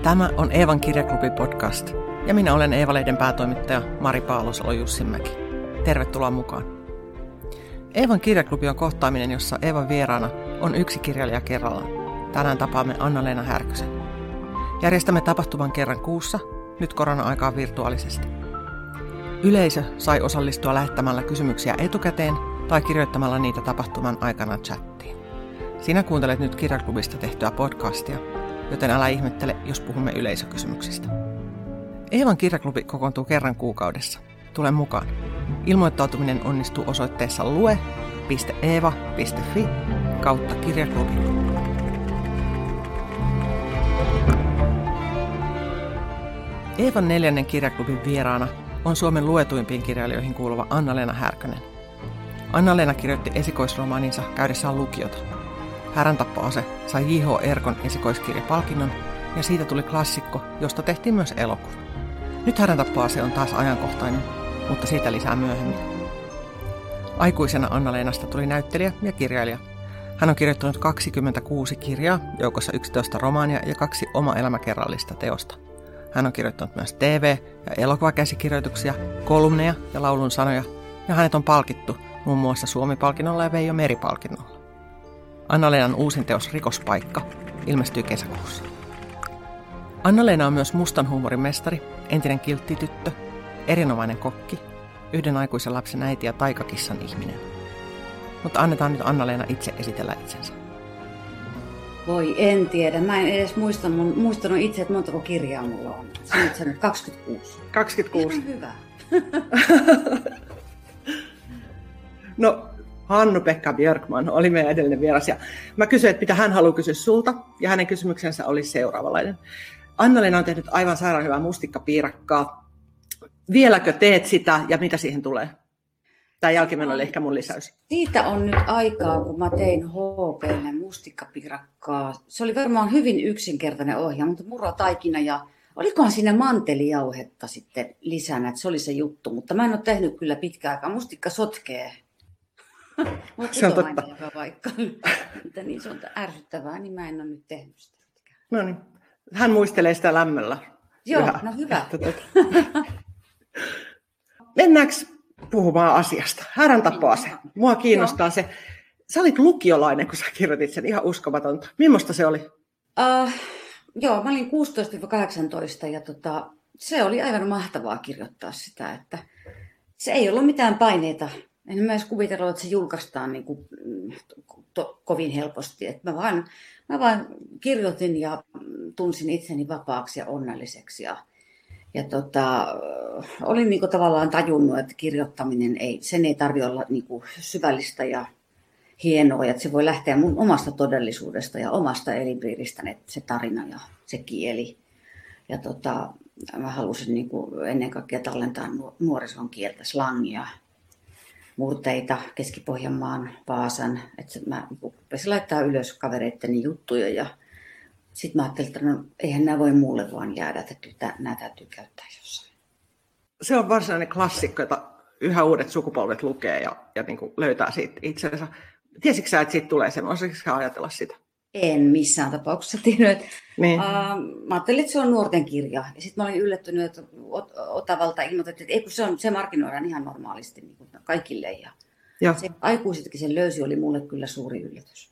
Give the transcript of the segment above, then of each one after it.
Tämä on Eevan kirjaklubi-podcast ja minä olen Eeva-lehden päätoimittaja Mari Paalosalo-Jussinmäki. Tervetuloa mukaan. Eevan kirjaklubi on kohtaaminen, jossa Eevan vieraana on yksi kirjailija kerrallaan. Tänään tapaamme Anna-Leena Härkösen. Järjestämme tapahtuman kerran kuussa, nyt korona-aikaa virtuaalisesti. Yleisö sai osallistua lähettämällä kysymyksiä etukäteen tai kirjoittamalla niitä tapahtuman aikana chattiin. Sinä kuuntelet nyt kirjaklubista tehtyä podcastia, joten älä ihmettele, jos puhumme yleisökysymyksistä. Eevan kirjaklubi kokoontuu kerran kuukaudessa. Tule mukaan. Ilmoittautuminen onnistuu osoitteessa lue.eeva.fi/kirjaklubi. Eevan 4. kirjaklubin vieraana on Suomen luetuimpiin kirjailijoihin kuuluva Anna-Leena Härkönen. Anna-Leena kirjoitti esikoisromaaninsa käydessään lukiota. Häräntappa'ase sai J.H. Erkon esikoiskirjapalkinnon ja siitä tuli klassikko, josta tehtiin myös elokuva. Nyt Häräntappa'ase on taas ajankohtainen, mutta siitä lisää myöhemmin. Aikuisena Anna-Leenasta tuli näyttelijä ja kirjailija. Hän on kirjoittanut 26 kirjaa, joukossa 11 romaania ja 2 oma-elämäkerrallista teosta. Hän on kirjoittanut myös TV- ja elokuvakäsikirjoituksia, kolumneja ja laulun sanoja, ja hänet on palkittu muun muassa Suomi-palkinnolla ja Veijo Meri-palkinnolla. Anna-Leenan uusin teos Rikospaikka ilmestyy kesäkuussa. Anna-Leena on myös mustan huumorin mestari, entinen kilttityttö, erinomainen kokki, yhden aikuisen lapsen äiti ja taikakissan ihminen. Mutta annetaan nyt Anna-Leena itse esitellä itsensä. Voi, en tiedä. Mä en edes muistanut itse, että montako kirjaa mulla on. Sanoit sä nyt 26. 26. Ihan hyvä. No, Hannu-Pekka Björkman oli meidän edellinen vieras. Ja mä kysyin, että mitä hän haluaa kysyä sulta. Ja hänen kysymyksensä oli seuraavanlainen. Anna-Leena on tehnyt aivan sairaan hyvää mustikkapiirakkaa. Vieläkö teet sitä ja mitä siihen tulee? Tämä jälkimmäinen oli ehkä mun lisäys. Siitä on nyt aikaa, kun mä tein HP:lle mustikkapiirakkaa. Se oli varmaan hyvin yksinkertainen ohjelma, mutta murrotaikina ja olikohan siinä mantelijauhetta sitten lisänä, että se oli se juttu. Mutta mä en ole tehnyt kyllä pitkään aikaa. Mustikka sotkee. Se on totta. Vaikka. Mutta niin se on ärsyttävää, niin mä en ole nyt tehnyt sitä pitkään. No niin. Hän muistelee sitä lämmöllä. Joo, no hyvä. Mennäänkö puhumaan asiasta? Häräntappa'ase. Mua kiinnostaa se. Sä olit lukiolainen, kun sä kirjoitit sen. Ihan uskomatonta. Millaista se oli? Joo, mä olin 16-18 ja se oli aivan mahtavaa kirjoittaa sitä. Että se ei ollut mitään paineita. En mä edes kuvitellut, että se julkaistaan niin kuin, kovin helposti. Että mä vaan kirjoitin ja tunsin itseni vapaaksi ja onnelliseksi. Ja olin niin kuin tavallaan tajunnut, että kirjoittaminen sen ei tarvitse olla niin kuin syvällistä ja hienoa. Että se voi lähteä mun omasta todellisuudesta ja omasta elinpiiristäni, se tarina ja se kieli. Ja mä halusin niin kuin ennen kaikkea tallentaa nuorison kieltä, slangia, murteita, Keski-Pohjanmaan, Vaasan. Että mä rupesin laittaa ylös kavereitteni juttuja ja sitten mä ajattelin, että no, eihän nämä voi muulle vaan jäädä, että nämä täytyy käyttää jossain. Se on varsinainen klassikko, jota yhä uudet sukupolvet lukee ja niin kuin löytää siitä itsensä. Tiesitkö sä, että siitä tulee semmoinen? Osaisitko ajatella sitä? En missään tapauksessa tiennyt. Niin. Mä ajattelin, että se on nuorten kirja. Ja sitten mä olin yllättynyt, että Otavalta ilmoitettiin, että ei, kun se markkinoidaan ihan normaalisti niin kuin kaikille. Ja se, aikuisetkin sen löysi, oli mulle kyllä suuri yllätys.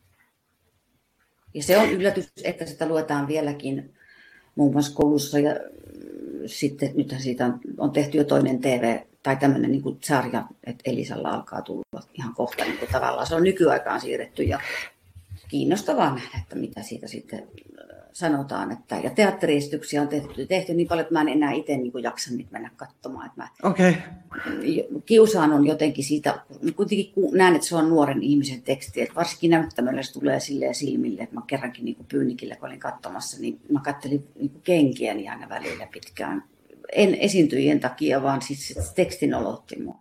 Ja se on yllätys, että sitä luetaan vieläkin muun muassa koulussa. Ja sitten nythän siitä on tehty jo toinen TV tai tämmöinen niin kuin sarja, että Elisalla alkaa tulla ihan kohta niin kuin tavallaan. Se on nykyaikaan siirretty ja kiinnostavaa nähdä, että mitä siitä sitten sanotaan. Ja teatteriesityksiä on tehty niin paljon, että mä en enää itse niin kuin jaksa niitä mennä katsomaan. Kiusaan on jotenkin siitä, kuitenkin näen, että se on nuoren ihmisen teksti. Että varsinkin näyttämöllä se tulee silleen silmille, että mä kerrankin niin kuin Pyynikillä, kun olin katsomassa, niin mä katselin niin kuin kenkiäni aina välillä pitkään. En esiintyjien takia, vaan siis tekstin olotti mua.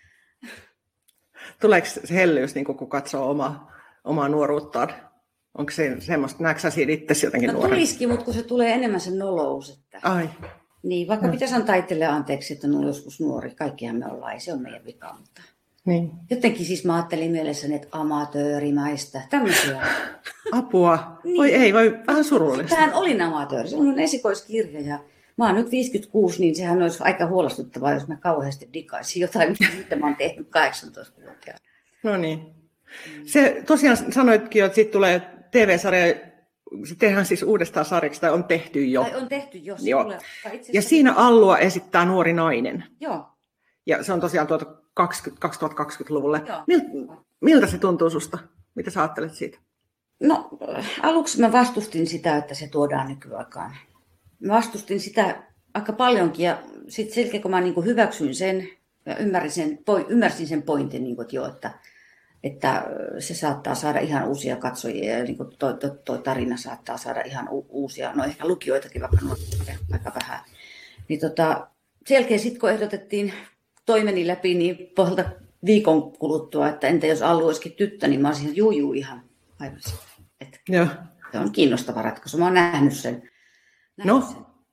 Tuleeko se hellyys, niin kun katsoo omaa nuoruuttaan? Onko se semmoista, näetkö sä siinä itsesi jotenkin nuorena? Tulisikin, mutta kun se tulee enemmän sen nolous. Että... Ai. Niin, vaikka pitäisi antaa itselle anteeksi, että on joskus nuori. Kaikkihan me ollaan, ei se ole meidän vika. Mutta Niin. Jotenkin siis mä ajattelin mielessäni, että amatöörimäistä, tämmöisiä. Apua. Niin. Voi ei, voi vähän surullista. Tähän olin amatööri. Se on esikoiskirja ja mä oon nyt 56, niin sehän olisi aika huolestuttavaa, jos mä kauheasti digaisin jotain, mitä mä oon tehnyt 18-vuotiaana. No niin. Se tosiaan sanoitkin, että siitä tulee TV-sarja, se tehdään siis uudestaan sarjaksi, tai on tehty jo. Tai on tehty jo. Joo. Ja siinä Allua esittää nuori nainen. Joo. Ja se on tosiaan 2020-luvulle. Joo. Miltä se tuntuu susta? Mitä sä ajattelet siitä? No aluksi mä vastustin sitä, että se tuodaan nykyaikaan. Mä vastustin sitä aika paljonkin ja sitten selkeä kun mä niin hyväksyin sen ja ymmärsin sen pointin, niin kuin, että se saattaa saada ihan uusia katsojia ja niin toi tarina saattaa saada ihan uusia, no ehkä lukijoitakin vaikka aika vähän. Niin selkeä sitten kun ehdotettiin toimeni läpi, niin pohjalta viikon kuluttua, että entä jos Allu olisikin tyttö, niin mä olisin juu ihan aivan että se on kiinnostava ratkaisu. Mä oon nähnyt sen. No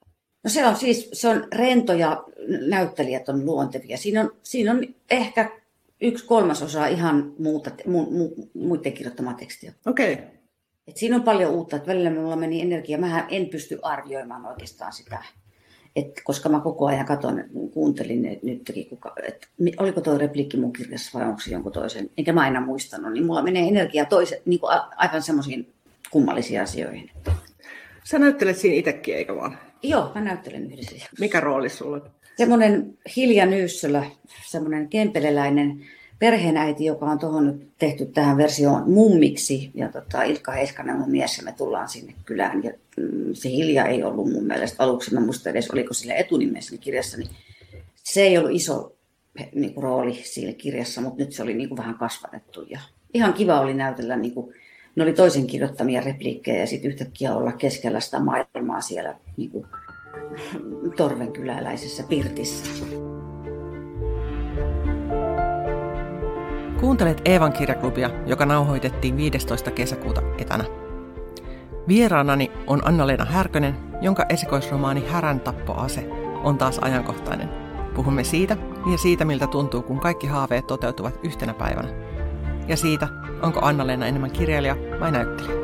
se on rento ja näyttelijät on luontevia. Siinä on ehkä 1/3 ihan muiden kirjoittamaa tekstiä. Okei. Okay. Siinä on paljon uutta, että välillä minulla meni energia. Mähän en pysty arvioimaan oikeastaan sitä. Koska mä koko ajan kuuntelin nytkin, että oliko tuo repliikki mun kirjassa vai onko se jonkun toisen, enkä mä aina muistanut, niin mulla menee energia niin aivan semmoisiin kummallisiin asioihin. Sä näyttelet siinä itsekin, eikö vaan? Joo, mä näyttelen yhdessä. Mikä rooli sulla on? Semmoinen Hilja Nyyssölä, semmoinen kempeleläinen perheenäiti, joka on tuohon nyt tehty tähän versioon mummiksi. Ja Ilkka Heiskanen mun mies, ja me tullaan sinne kylään. Ja se Hilja ei ollut mun mielestä aluksi, mä muistan edes, oliko sillä etunimessä kirjassa, niin se ei ollut iso niin kuin, rooli siinä kirjassa, mutta nyt se oli niin kuin, vähän kasvatettu. Ja ihan kiva oli näytellä, niin kuin, ne oli toisen kirjoittamia repliikkejä ja sitten yhtäkkiä olla keskellä sitä maailmaa siellä niin kuin, torvenkyläläisessä pirtissä. Kuuntelet Eevan kirjaklubia, joka nauhoitettiin 15. kesäkuuta etänä. Vieraanani on Anna-Leena Härkönen, jonka esikoisromaani Härän tappoase on taas ajankohtainen. Puhumme siitä ja siitä, miltä tuntuu, kun kaikki haaveet toteutuvat yhtenä päivänä. Ja siitä, onko Anna-Leena enemmän kirjailija vai näyttelijä.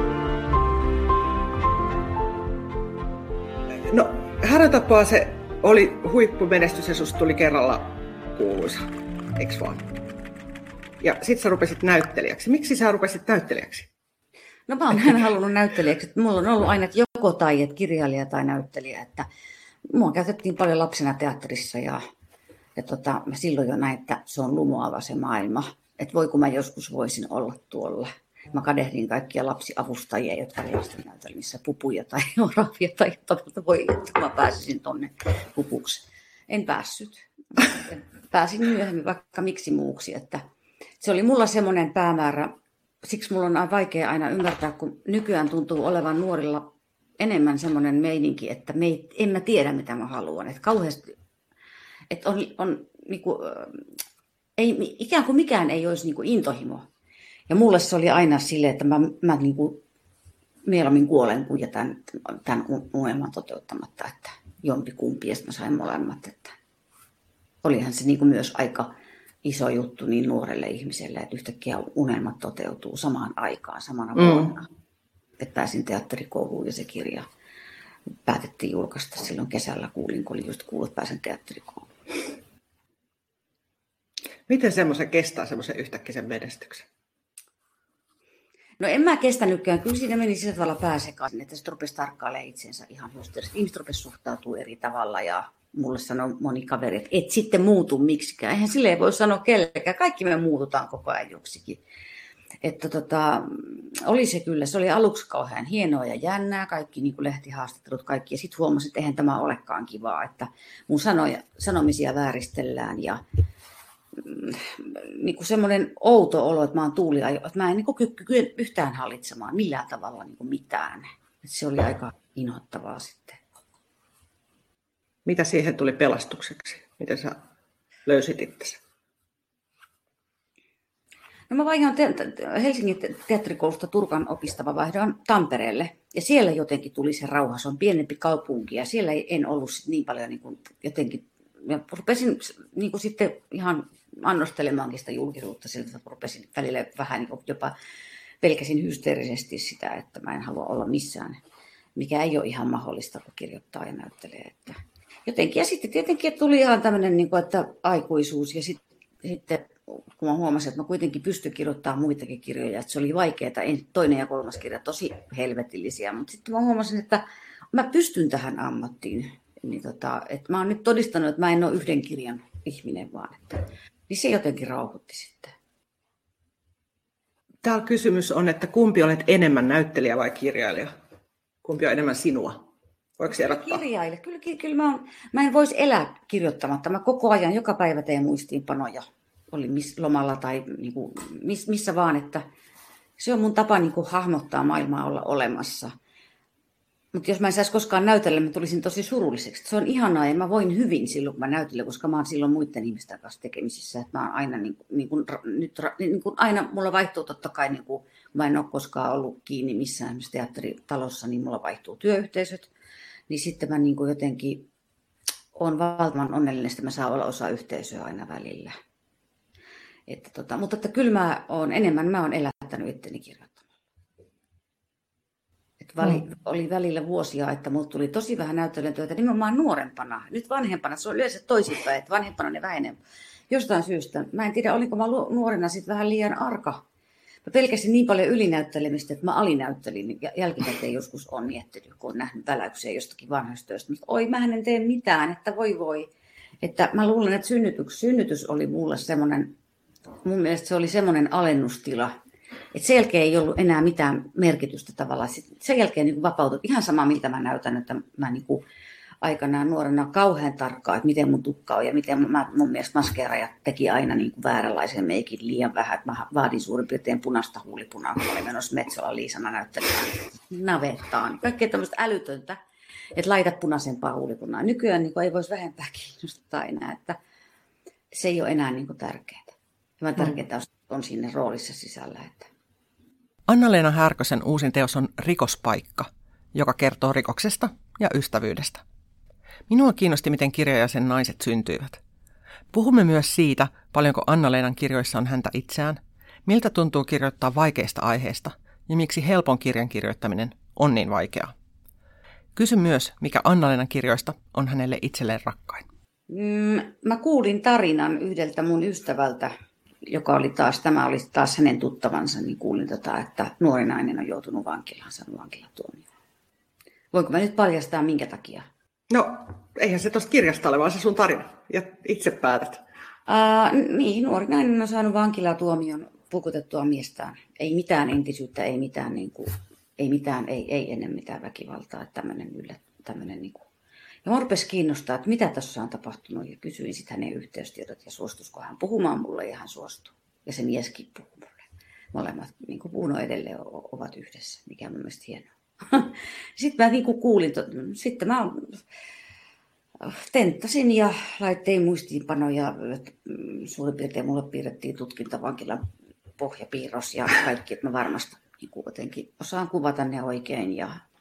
No, Härän tappoase oli huippumenestys ja susta tuli kerralla kuuluisa, eiks vaan? Ja sit sä rupesit näyttelijäksi. Miksi sä rupesit näyttelijäksi? No mä oon aina halunnut näyttelijäksi. Mulla on ollut aina joko tai, että kirjailija tai näyttelijä. Että mua käytettiin paljon lapsena teatterissa ja mä silloin jo näin, että se on lumoava se maailma. Että voi kun mä joskus voisin olla tuolla. Mä kadehdin kaikkia lapsiavustajia, jotka oli lastennäytelmissä pupuja tai oravia tai jotain. Voi, että mä pääsisin tonne pupuksi. En päässyt. Pääsin myöhemmin vaikka miksi muuksi, että se oli mulla semmoinen päämäärä, siksi mulla on vaikea aina ymmärtää, kun nykyään tuntuu olevan nuorilla enemmän semmoinen meininki, että en mä tiedä mitä mä haluan. Että kauheasti, että on niinku, ei, ikään kuin mikään ei olisi niinku intohimo. Ja mulle se oli aina silleen, että mä niinku mieluummin kuolen kuin jätän tämän unelman toteuttamatta, että jompikumpi, ja sitten mä sain molemmat. Että olihan se niinku myös aika iso juttu niin nuorelle ihmiselle, että yhtäkkiä unelmat toteutuu samaan aikaan, samana vuonna. Että pääsin teatterikouluun ja se kirja päätettiin julkaista silloin kesällä, kun oli just kuullut, että pääsen teatterikouluun. Miten semmoisen kestää semmoisen yhtäkkiä menestyksen? No en mä kestänytkään. Kyllä siinä meni sillä tavalla pääsekaisin, että se rupesi tarkkailemaan itsensä ihan hysteerisesti. Ihmiset rupesi suhtautua eri tavalla ja mulle sanoi moni kaveri, että et sitten muutu miksikään. Eihän silleen voi sanoa kellekään. Kaikki me muututaan koko ajan joksikin. Että oli se kyllä. Se oli aluksi kauhean hienoa ja jännää. Kaikki niin kuin lehtihaastattelut, kaikki. Ja sitten huomasin, että eihän tämä olekaan kivaa. Että mun sanomisia vääristellään ja niin kuin semmoinen outo olo, että mä oon tuuliajo, että mä en niin kykene yhtään hallitsemaan millään tavalla niin kuin mitään. Että se oli aika inhottavaa sitten. Mitä siihen tuli pelastukseksi? Miten sä löysit itsesi? No mä vaihdoin Helsingin teatterikoulusta Turkan opistava vaihdoin Tampereelle. Ja siellä jotenkin tuli se rauha. Se on pienempi kaupunki ja siellä en ollut niin paljon niin kuin jotenkin rupesin niin kuin sitten ihan annostelemaankin sitä julkisuutta siltä, että rupesin välillä vähän niin jopa pelkäsin hysteerisesti sitä, että mä en halua olla missään, mikä ei ole ihan mahdollista, kun kirjoittaa ja näyttelee. Että jotenkin, ja sitten tietenkin tuli ihan tämmöinen, niin kuin, että aikuisuus, ja sitten kun mä huomasin, että mä kuitenkin pystyn kirjoittamaan muitakin kirjoja, että se oli vaikeaa, toinen ja kolmas kirja tosi helvetillisiä, mutta sitten mä huomasin, että mä pystyn tähän ammattiin, niin että mä oon nyt todistanut, että mä en ole yhden kirjan ihminen vaan, niin se jotenkin rauhoitti sitten. Täällä kysymys on, että kumpi olet enemmän, näyttelijä vai kirjailija? Kumpi on enemmän sinua? Voiko se erottaa? Kirjailija. Kyllä mä en voisi elää kirjoittamatta. Mä koko ajan, joka päivä teen muistiinpanoja. Oli lomalla tai niin kuin, missä vaan, että se on mun tapa niin kuin hahmottaa maailmaa olla olemassa. Mutta jos mä en saisi koskaan näytellä, mä tulisin tosi surulliseksi. Se on ihanaa ja mä voin hyvin silloin, kun mä näytelen, koska mä oon silloin muiden ihmisten kanssa tekemisissä. Että mä oon aina, aina mulla vaihtuu totta kai, niin kuin, mä en ole koskaan ollut kiinni missään teatteritalossa, niin mulla vaihtuu työyhteisöt. Niin sitten mä niin kuin jotenkin oon valtavan onnellinen, että mä saan olla osa yhteisöä aina välillä. Mutta että kyllä mä oon elättänyt itteni kirjoittamalla. Oli välillä vuosia, että mulla tuli tosi vähän näyttelijätyötä nimenomaan nuorempana. Nyt vanhempana, se on yleensä toisinpäin, että vanhempana ne vähenee. Jostain syystä, mä en tiedä, oliko mä nuorena sitten vähän liian arka. Mä pelkäsin niin paljon ylinäyttelemistä, että mä alinäyttelin. Jälkikäteen joskus on miettinyt, kun on nähnyt väläyksiä jostakin vanhasta työstä. Oi, mä en tee mitään, että voi. Että mä luulen, että synnytys oli mulle semmoinen, mun mielestä se oli semmoinen alennustila. Että sen jälkeen ei ollut enää mitään merkitystä tavallaan. Sen jälkeen niin vapautui ihan sama, miltä mä näytän, että mä niin kuin aikanaan nuorena kauhean tarkkaan, että miten mun tukka on ja miten mun mielestä maskeeraajat teki aina niin kuin vääränlaisen meikin liian vähän. Että mä vaadin suurin piirtein punaista huulipunaa, kun olin menossa Metsola Liisana näyttelemään navettaan. Kaikkea tämmöistä älytöntä, että laita punaisempaa huulipunaa. Nykyään niin kuin ei voisi vähempää kiinnostaa enää, että se ei ole enää niin kuin tärkeää. Ja tärkeintä on siinä roolissa sisällä. Että Anna-Leena Härkösen uusin teos on Rikospaikka, joka kertoo rikoksesta ja ystävyydestä. Minua kiinnosti, miten kirja ja sen naiset syntyivät. Puhumme myös siitä, paljonko Anna-Leenan kirjoissa on häntä itseään, miltä tuntuu kirjoittaa vaikeista aiheista ja miksi helpon kirjan kirjoittaminen on niin vaikeaa. Kysy myös, mikä Anna-Leenan kirjoista on hänelle itselleen rakkain. Mä kuulin tarinan yhdeltä mun ystävältä, tämä oli taas hänen tuttavansa, niin kuulin, että nuori nainen on joutunut vankilaan, saanut vankilatuomioon. Voinko mä nyt paljastaa minkä takia? No, eihän se tuosta kirjasta ole, vaan se sun tarina. Ja itse päätät. Niin, nuori nainen on saanut vankilatuomion pukutettua miestään. Ei mitään entisyyttä, ei mitään, ei ennen mitään väkivaltaa. Tämmöinen niin kuin. Ja mä rupesi kiinnostaa, että mitä tässä on tapahtunut, ja kysyin sitten hänen yhteystiedot, ja suostuisiko hän puhumaan mulle, ja hän suostui. Ja se mieskin puhui mulle. Molemmat, niin kuin Uno edelleen, ovat yhdessä, mikä on mun mielestä hienoa. Sitten mä niin kuin kuulin, sitten mä tenttasin ja laittein muistiinpanoja. Suurin piirtein mulle piirrettiin tutkintavankilan pohjapiirros ja kaikki, että mä varmasti niin kuin jotenkin osaan kuvata ne oikein.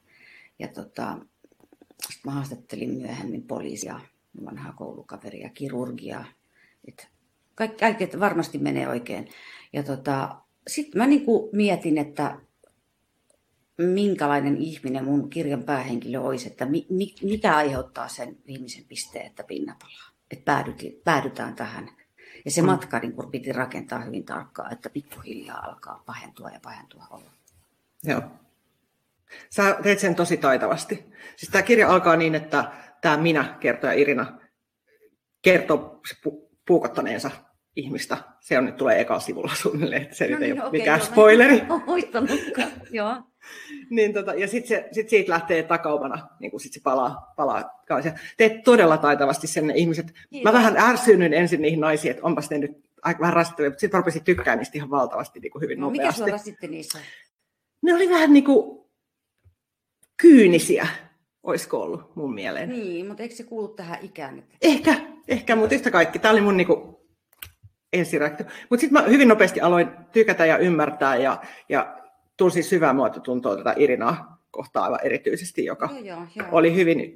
Sitten mä haastattelin myöhemmin poliisia, vanhaa koulukaveria, kirurgiaa. Kaikki, että varmasti menee oikein. Ja sitten mä niinku mietin, että minkälainen ihminen mun kirjan päähenkilö olisi, että mikä aiheuttaa sen viimeisen pisteen, että pinna palaa. Että päädytään tähän. Ja se matka niin kun piti rakentaa hyvin tarkkaan, että pikkuhiljaa alkaa pahentua olla. Joo. Sä teet sen tosi taitavasti. Siis tämä kirja alkaa niin, että tämä kertoja Irina, kertoo puukottaneensa ihmistä. Se on nyt tulee ekalla sivulla suunnilleen, että se nyt ei ole mikään spoileri. Muistanutkaan, joo. Niin, ja sitten siitä lähtee takaumana, niin kuin sitten se palaa. Teet todella taitavasti sen ne ihmiset. Kiitos. Mä vähän ärsyynnyin ensin niihin naisiin, että onpas ne nyt aika vähän rasittavia, mutta sitten mä rupesin tykkää niistä ihan valtavasti niin kuin hyvin nopeasti. Mikä sua rasitti niissä? Ne oli vähän niin kuin kyynisiä, olisiko ollut mun mieleen. Niin, mutta eikö se kuulu tähän ikään? Ehkä, mutta yhtä kaikki. Tämä oli mun niinku ensireaktio. Mutta sitten mä hyvin nopeasti aloin tykätä ja ymmärtää ja tuli siis syvää muototuntoa tätä Irinaa kohtaan aivan erityisesti, joka oli hyvin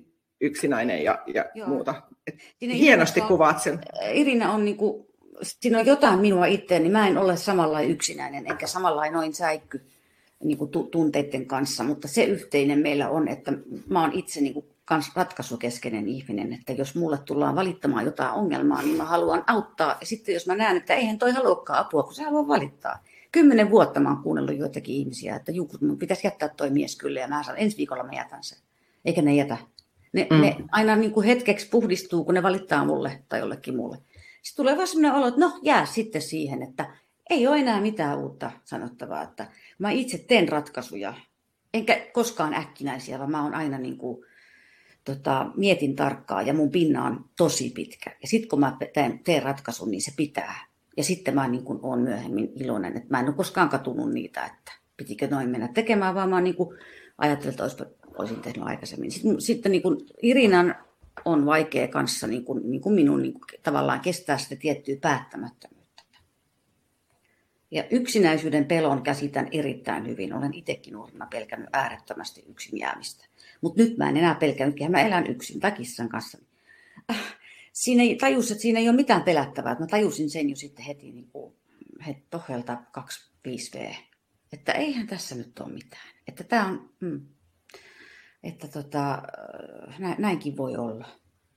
yksinäinen ja Joo. muuta. Siinä Hienosti kuvaat sen. Irina on niinku, siinä on jotain minua itseäni. Mä en ole samanlainen yksinäinen, enkä samanlainen noin säikky niinku tunteiden kanssa, mutta se yhteinen meillä on, että mä oon itse niinku kans ratkaisukeskeinen ihminen, että jos mulle tullaan valittamaan jotain ongelmaa, niin mä haluan auttaa. Ja sitten jos mä näen, että eihän toi haluakaan apua, kun se haluaa valittaa. 10 vuotta mä oon kuunnellut joitakin ihmisiä, että juu, mun pitäisi jättää toi mies kyllä, ja mä sanon, ensi viikolla mä jätän sen. Eikä ne jätä. Ne aina niin kuin hetkeksi puhdistuu, kun ne valittaa mulle tai jollekin muulle. Sitten tulee vaan sellainen olo, että no jää sitten siihen, että ei ole enää mitään uutta sanottavaa. Että mä itse teen ratkaisuja, enkä koskaan äkkinäisiä, vaan mä oon aina niin kuin, mietin tarkkaan ja mun pinna on tosi pitkä. Ja sitten kun mä teen ratkaisun, niin se pitää. Ja sitten mä niin kuin oon myöhemmin iloinen, että mä en ole koskaan katunut niitä, että pitikö noin mennä tekemään, vaan mä oon niin kuin ajatellut, että olisin tehnyt aikaisemmin. Sitten niin kuin Irinan on vaikea kanssa niin kuin minun niin kuin tavallaan kestää sitä tiettyä päättämättömyyttä. Ja yksinäisyyden pelon käsitän erittäin hyvin. Olen itsekin nuorena pelkännyt äärettömästi yksin jäämistä. Mutta nyt mä en enää pelkännyt, mä elän yksin tai kissan kanssa. Siinä tajusin, että siinä ei ole mitään pelättävää. Mä tajusin sen jo sitten heti niin kuin Tohelta 25V. Että eihän tässä nyt ole mitään. Että tämä on... Että näinkin voi olla.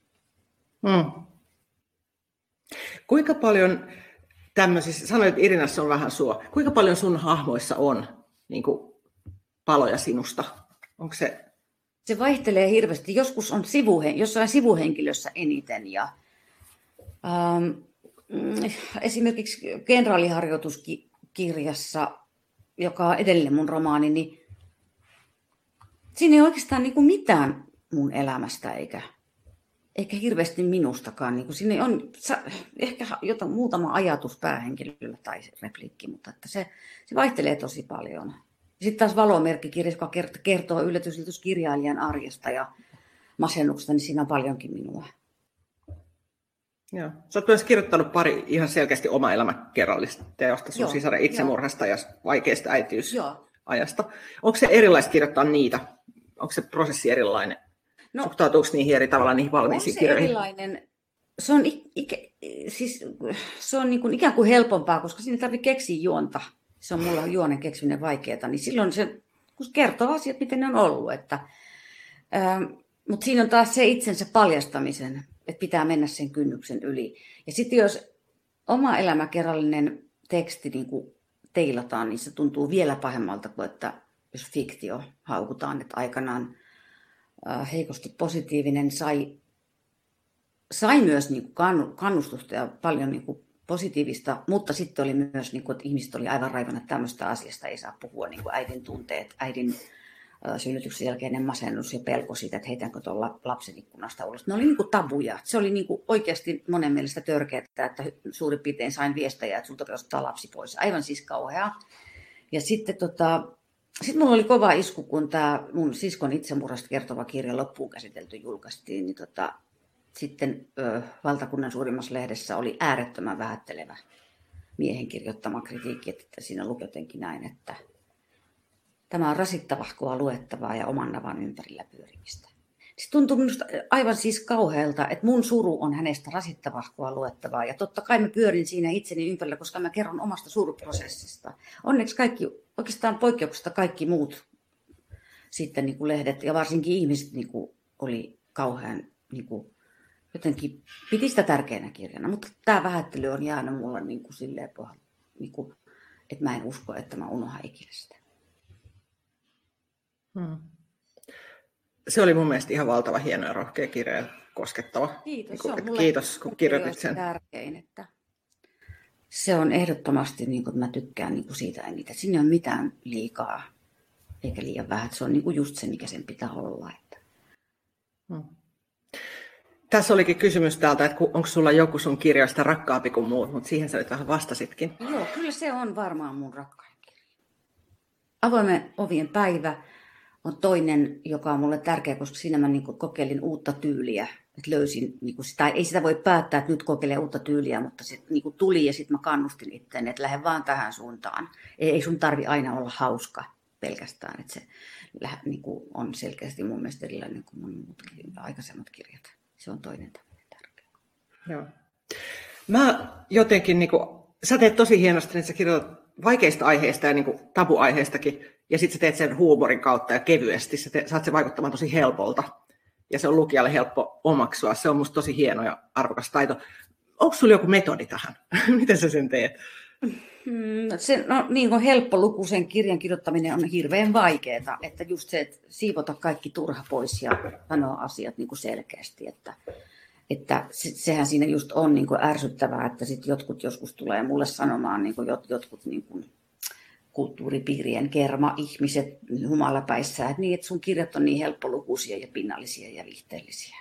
Kuinka paljon tämmöisissä, sanoit, että Irinassa on vähän sua, kuinka paljon sun hahmoissa on niin kuin paloja sinusta? Onko se... Se vaihtelee hirveästi. Joskus on jossain sivuhenkilössä eniten. Ja, esimerkiksi kenraaliharjoituskirjassa, joka on edelleen mun romaani, niin siinä ei oikeastaan niin kuin mitään mun elämästä eikä hirveästi minustakaan. Niin kuin siinä on ehkä muutama ajatus päähenkilöllä tai repliikki, mutta että se vaihtelee tosi paljon. Sitten taas Valomerkkikirja, joka kertoo yllätyskirjailijan arjesta ja masennuksesta, niin siinä on paljonkin minua. Joo. Sä oot myös kirjoittanut pari ihan selkeästi oma elämäkerrallista teosta sun sisaren itsemurhasta ja vaikeasta äitiysajasta. Onko se erilaista kirjoittaa niitä? Onko se prosessi erilainen? No, suhtautuuko niihin eri tavalla niihin valmiisiin kirjoihin? Erilainen. Se on niin kuin ikään kuin helpompaa, koska siinä ei tarvitse keksiä juonta. Se on mulla juonen keksiminen vaikeaa. Niin silloin se kertoo asiat, miten ne on ollut. Mutta siinä on taas se itsensä paljastamisen, että pitää mennä sen kynnyksen yli. Ja sitten jos oma elämäkerrallinen teksti niin kuin teilataan, niin se tuntuu vielä pahemmalta kuin, että jos fiktio haukutaan, että aikanaan heikosti positiivinen sai myös niin kuin kannustusta ja paljon niin kuin positiivista, mutta sitten oli myös, niin kuin, että ihmiset oli aivan raivana, että tämmöistä asiasta ei saa puhua, niin kuin äidin tunteet, äidin synnytyksen jälkeinen masennus ja pelko siitä, että heitänkö tuolla lapsen ikkunasta ulos. Ne oli niin kuin tabuja. Se oli niin kuin oikeasti monen mielestä törkeää, että suurin piirtein sain viestejä, että sulta pitäisi ottaa lapsi pois. Aivan siis kauheaa. Ja sitten sitten mulla oli kova isku, kun tämä mun siskon itsemurhasta kertova kirja loppuun käsitelty julkaistiin, niin sitten valtakunnan suurimmassa lehdessä oli äärettömän vähättelevä miehen kirjoittama kritiikki, että siinä luki jotenkin näin, että tämä on rasittavahkoa luettavaa ja oman navan ympärillä pyörimistä. Se tuntui minusta aivan siis kauhealta, että mun suru on hänestä rasittavahkoa luettavaa. Ja totta kai mä pyörin siinä itseni ympärillä, koska mä kerron omasta suruprosessista. Onneksi oikeastaan poikkeuksesta kaikki muut sitten niin kuin lehdet ja varsinkin ihmiset niin kuin oli kauhean, niin kuin, jotenkin piti sitä tärkeänä kirjana. Mutta tämä vähättely on jäänyt mulle niin kuin silleen pohjalle, niin kuin, että mä en usko, että mä unohan ikinä sitä. Se oli mun mielestä ihan valtava hieno ja rohkea kirja ja koskettava. Kiitos, kiitos kun kirjoitit sen. Tärkein, että se on ehdottomasti, niin kuin mä tykkään niin kuin siitä eniten. Siinä ei ole mitään liikaa eikä liian vähän. Se on niin kuin just se, mikä sen pitää olla. Tässä olikin kysymys täältä, että onko sulla joku sun kirjoista rakkaampi kuin muut, mutta siihen sä nyt vähän vastasitkin. Joo, kyllä se on varmaan mun rakkain kirja. Avoimen ovien päivä on toinen, joka on mulle tärkeä, koska siinä mä niin kuin kokeilin uutta tyyliä. Että löysin niin kuin sitä, ei sitä voi päättää, että nyt kokeilee uutta tyyliä, mutta se niin kuin tuli ja sitten mä kannustin itseäni, että lähde vaan tähän suuntaan. Ei sun tarvi aina olla hauska pelkästään, että se niin kuin on selkeästi mun mielestä erilainen kuin mun muut aikaisemmat kirjat. Se on toinen tämmöinen tärkeä. Joo. Mä jotenkin, niin kuin, sä teet tosi hienosti, että sä kirjoitat vaikeista aiheista ja niin kuin tabuaiheistakin, ja sitten sä teet sen huumorin kautta ja kevyesti. Saat se vaikuttamaan tosi helpolta, ja se on lukijalle helppo omaksua. Se on musta tosi hieno ja arvokas taito. Onko sulla joku metodi tähän? Miten sä sen teet? Niin kuin helppolukuisen kirjan kirjoittaminen on hirveän vaikeaa, että just se, että siivota kaikki turha pois ja sanoa asiat niin kuin selkeästi, että sehän siinä just on niin kuin ärsyttävää, että sit jotkut joskus tulee mulle sanomaan, niin kuin jotkut niin kuin kulttuuripiirien kerma-ihmiset humalapäissään, että, niin, että sun kirjat on niin helppolukuisia ja pinnallisia ja viihteellisiä.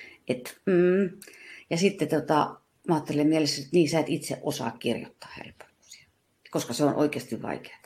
Ja sitten mä ajattelen mielessä, että niin sä et itse osaa kirjoittaa helppolukuisia, koska se on oikeasti vaikeaa.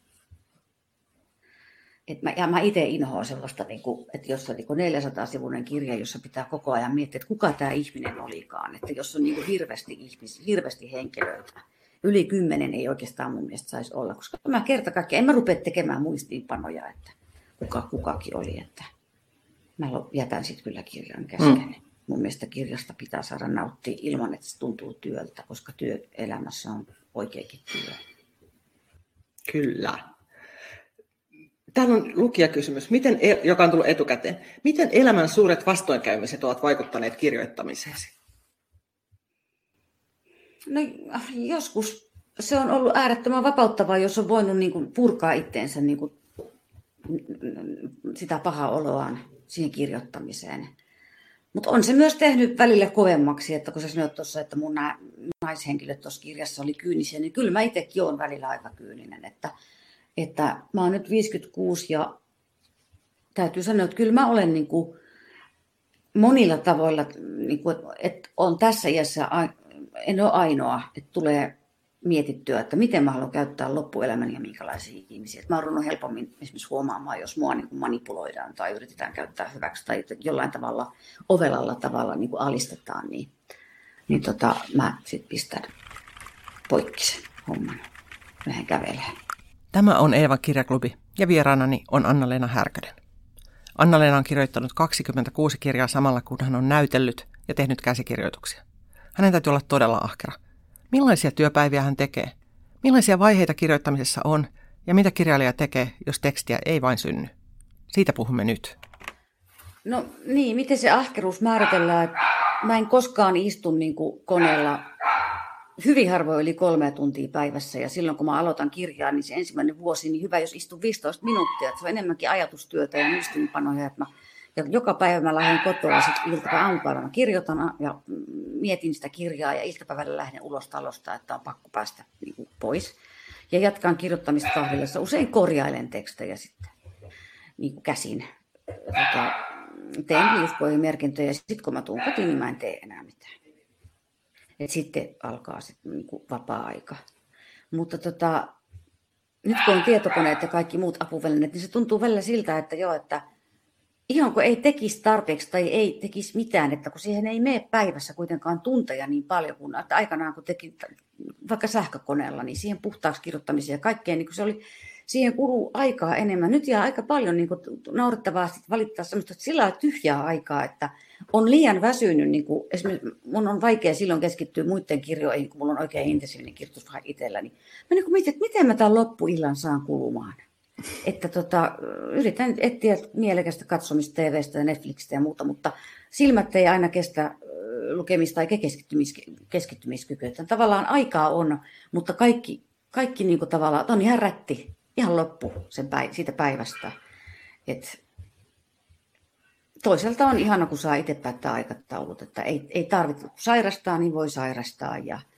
Mä itse inhoan sellaista, että jos on 400-sivuinen kirja, jossa pitää koko ajan miettiä, että kuka tämä ihminen olikaan. Että jos on hirveästi henkilöitä, yli 10 ei oikeastaan mun mielestä saisi olla. Koska mä kerta kaikkiaan, en mä rupea tekemään muistiinpanoja, että kuka kukakin oli. Että mä jätän sitten kyllä kirjan kesken. Mun mielestä kirjasta pitää saada nauttia ilman, että se tuntuu työltä, koska työelämässä on oikeakin työ. Kyllä. Täällä on lukijakysymys, joka on tullut etukäteen. Miten elämän suuret vastoinkäymiset ovat vaikuttaneet kirjoittamiseesi? No, joskus se on ollut äärettömän vapauttavaa, jos on voinut niin kuin purkaa itteensä niin kuin sitä pahaa oloaan siihen kirjoittamiseen. Mutta on se myös tehnyt välillä kovemmaksi, että kun sä sanoit tuossa, että mun nämä naishenkilöt tuossa kirjassa oli kyynisiä, niin kyllä mä itsekin olen välillä aika kyyninen, että mä oon nyt 56 ja täytyy sanoa, että kyllä mä olen niin kuin monilla tavoilla, niin kuin, että on tässä iässä, en ole ainoa, että tulee mietittyä, että miten mä haluan käyttää loppuelämäni ja minkälaisia ihmisiä. Että mä oon ruvennut helpommin esimerkiksi huomaamaan, jos mua niin kuin manipuloidaan tai yritetään käyttää hyväksi tai jollain tavalla ovelalla tavalla niin kuin alistetaan, niin mä sitten pistän poikki sen homman. Lähden kävelemään. Tämä on Eevan kirjaklubi ja vieraanani on Anna-Leena Härkönen. Anna-Leena on kirjoittanut 26 kirjaa samalla, kun hän on näytellyt ja tehnyt käsikirjoituksia. Hänen täytyy olla todella ahkera. Millaisia työpäiviä hän tekee? Millaisia vaiheita kirjoittamisessa on ja mitä kirjailija tekee, jos tekstiä ei vain synny? Siitä puhumme nyt. No niin, miten se ahkeruus määritellään? Mä en koskaan istu niin kuin koneella hyvin harvoin yli 3 tuntia päivässä ja silloin kun mä aloitan kirjaa, niin se ensimmäinen vuosi, niin hyvä jos istun 15 minuuttia, että se on enemmänkin ajatustyötä ja muistiinpanoja, ja joka päivä mä lähden kotoa, sitten aamupäivänä kirjoitan ja mietin sitä kirjaa ja iltapäivällä lähden ulos talosta, että on pakko päästä niin kuin pois. Ja jatkan kirjoittamista kahvilassa. Usein korjailen tekstejä sitten niin kuin käsin. Teen liuskuihin merkintöjä ja sitten kun mä tuun kotiin, niin mä en tee enää mitään. Et sitten alkaa sitten niin kuin vapaa-aika. Mutta nyt kun on tietokoneet ja kaikki muut apuvälineet, niin se tuntuu välillä siltä, että joo, että ihan kun ei tekisi tarpeeksi tai ei tekisi mitään, että kun siihen ei mene päivässä kuitenkaan tunteja niin paljon kuin että aikanaan kun teki vaikka sähkökoneella, niin siihen puhtaaksi kirjoittamiseen ja kaikkeen, niin se oli, siihen kuluu aikaa enemmän. Nyt jää aika paljon niin naurettavaa valittaa sellaista, että sillä on tyhjää aikaa, että on liian väsynyt. Niin kuin, esimerkiksi mun on vaikea silloin keskittyä muiden kirjoihin, kun mulla on oikein intensiivinen kirjoitusvaihe itsellä. Niin mä niin mietin, että miten mä tämän loppuillan saan kulumaan. Että yritän etsiä mielekästä katsomista TV:stä ja Netflixistä ja muuta, mutta silmät ei aina kestä lukemista eikä keskittymiskykyä. Tavallaan aikaa on, mutta kaikki niin kuin tavallaan, on ihan rätti, ihan loppu siitä päivästä. Toisaalta on ihana, kun saa itse päättää aikataulut, että ei tarvitse, kun sairastaa, niin voi sairastaa.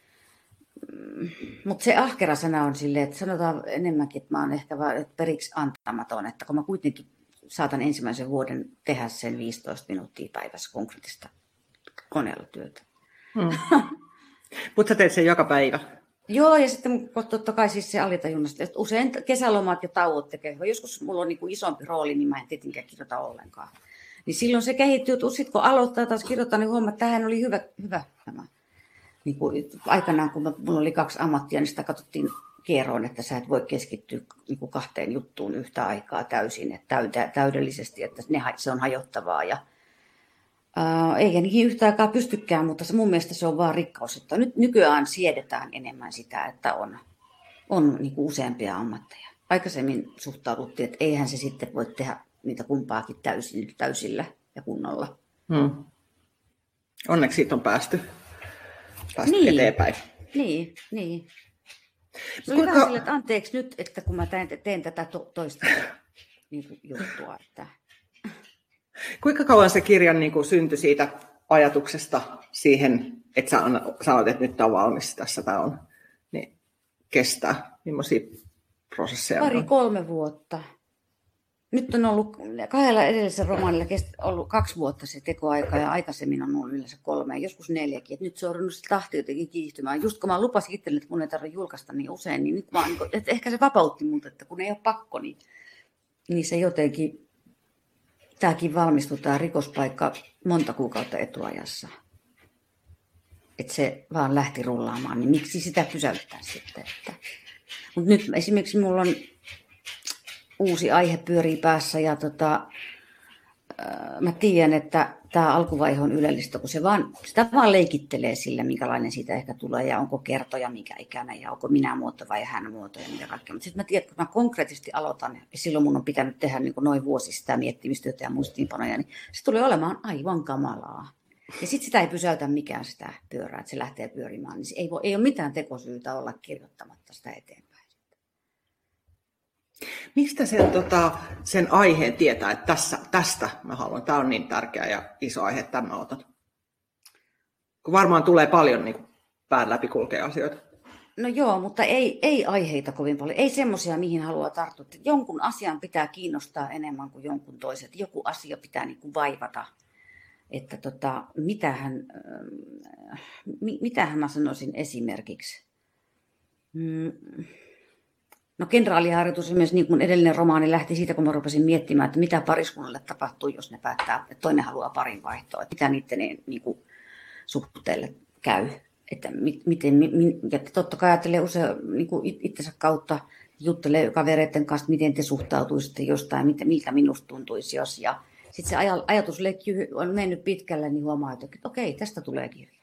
Mutta se ahkera sana on silleen, että sanotaan enemmänkin, että mä oon ehkä vaan periksi antamaton, että kun mä kuitenkin saatan ensimmäisen vuoden tehdä sen 15 minuuttia päivässä konkreettista koneella työtä. Mutta sä teet sen joka päivä. Joo, ja sitten totta kai siis se alitajunnasta. Usein kesälomat ja tauot tekee. Joskus mulla on niin isompi rooli, niin mä en tietenkään kirjoita ollenkaan. Niin silloin se kehittyy. Sitten kun aloittaa taas kirjoittaa, niin huomaa, että tämähän oli hyvä tämä. Niin kuin aikanaan, kun mulla oli 2 ammattia, niin sitä katsottiin kieroon, että sä et voi keskittyä niin kuin kahteen juttuun yhtä aikaa täysin, että täydellisesti, että se on hajottavaa. Eikä niihin yhtä aikaa pystykään, mutta mun mielestä se on vaan rikkaus, että nyt nykyään siedetään enemmän sitä, että on niin kuin useampia ammatteja. Aikaisemmin suhtauduttiin, että eihän se sitten voi tehdä niitä kumpaakin täysillä ja kunnolla. Onneksi siitä on päästy niin, eteenpäin. Niin. Se oli vähän sille, että anteeksi nyt, että kun mä teen tätä toista niin juttua. Että... Kuinka kauan se kirjan niin kuin syntyi siitä ajatuksesta siihen, että sä sanoit, että nyt tämä on valmis, tässä tämä on, niin kestää? Millaisia prosesseja? 2-3 vuotta. Nyt on ollut 2 edellisellä romaanilla ollut 2 vuotta se tekoaika ja aikaisemmin on ollut yleensä 3 ja joskus 4. Et nyt se on ruvennut tahti jotenkin kiihtymään. Just kun mä lupasin itselleni, että mun ei tarvitse julkaista niin usein, niin nyt mä että ehkä se vapautti mut, että kun ei ole pakko, niin se jotenkin, tämäkin valmistui tämä rikospaikka monta kuukautta etuajassa. Että se vaan lähti rullaamaan, niin miksi sitä pysäyttää sitten? Mutta nyt esimerkiksi mulla on uusi aihe pyörii päässä ja mä tiedän, että tämä alkuvaihe on ylellistä, kun sitä vaan leikittelee sillä, minkälainen siitä ehkä tulee ja onko kertoja mikä ikäinen ja onko minä muoto vai hän muoto ja mitä kaikkea. Mutta sitten mä tiedän, että kun mä konkreettisesti aloitan ja silloin mun on pitänyt tehdä niin kuin noin vuosi sitä miettimistyötä ja muistiinpanoja, niin se tulee olemaan aivan kamalaa. Ja sitten sitä ei pysäytä mikään sitä pyörää, että se lähtee pyörimään, niin ei ole mitään tekosyytä olla kirjoittamatta sitä eteenpäin. Mistä sen aiheen tietää, että tästä mä haluan, tämä on niin tärkeä ja iso aihe, että mä otan? Kun varmaan tulee paljon niin pään läpi kulkee asioita. No joo, mutta ei aiheita kovin paljon. Ei semmoisia, mihin haluaa tarttua. Jonkun asian pitää kiinnostaa enemmän kuin jonkun toiset. Joku asia pitää niin kuin vaivata. Että mitähän mä sanoisin esimerkiksi? No kenraaliharjoitus myös niin kuin edellinen romaani lähti siitä, kun mä rupesin miettimään, että mitä pariskunnalle tapahtuu, jos ne päättää, että toinen haluaa parin vaihtoa. Että mitä niiden niin kuin, suhteelle käy. Että ja totta kai ajattelee usein niin kuin itsensä kautta, juttelee kavereiden kanssa, miten te suhtautuisitte jostain, miltä minusta tuntuisi jos. Ja sitten se ajatusleikki on mennyt pitkälle, niin huomaa, että okei, tästä tulee kirja.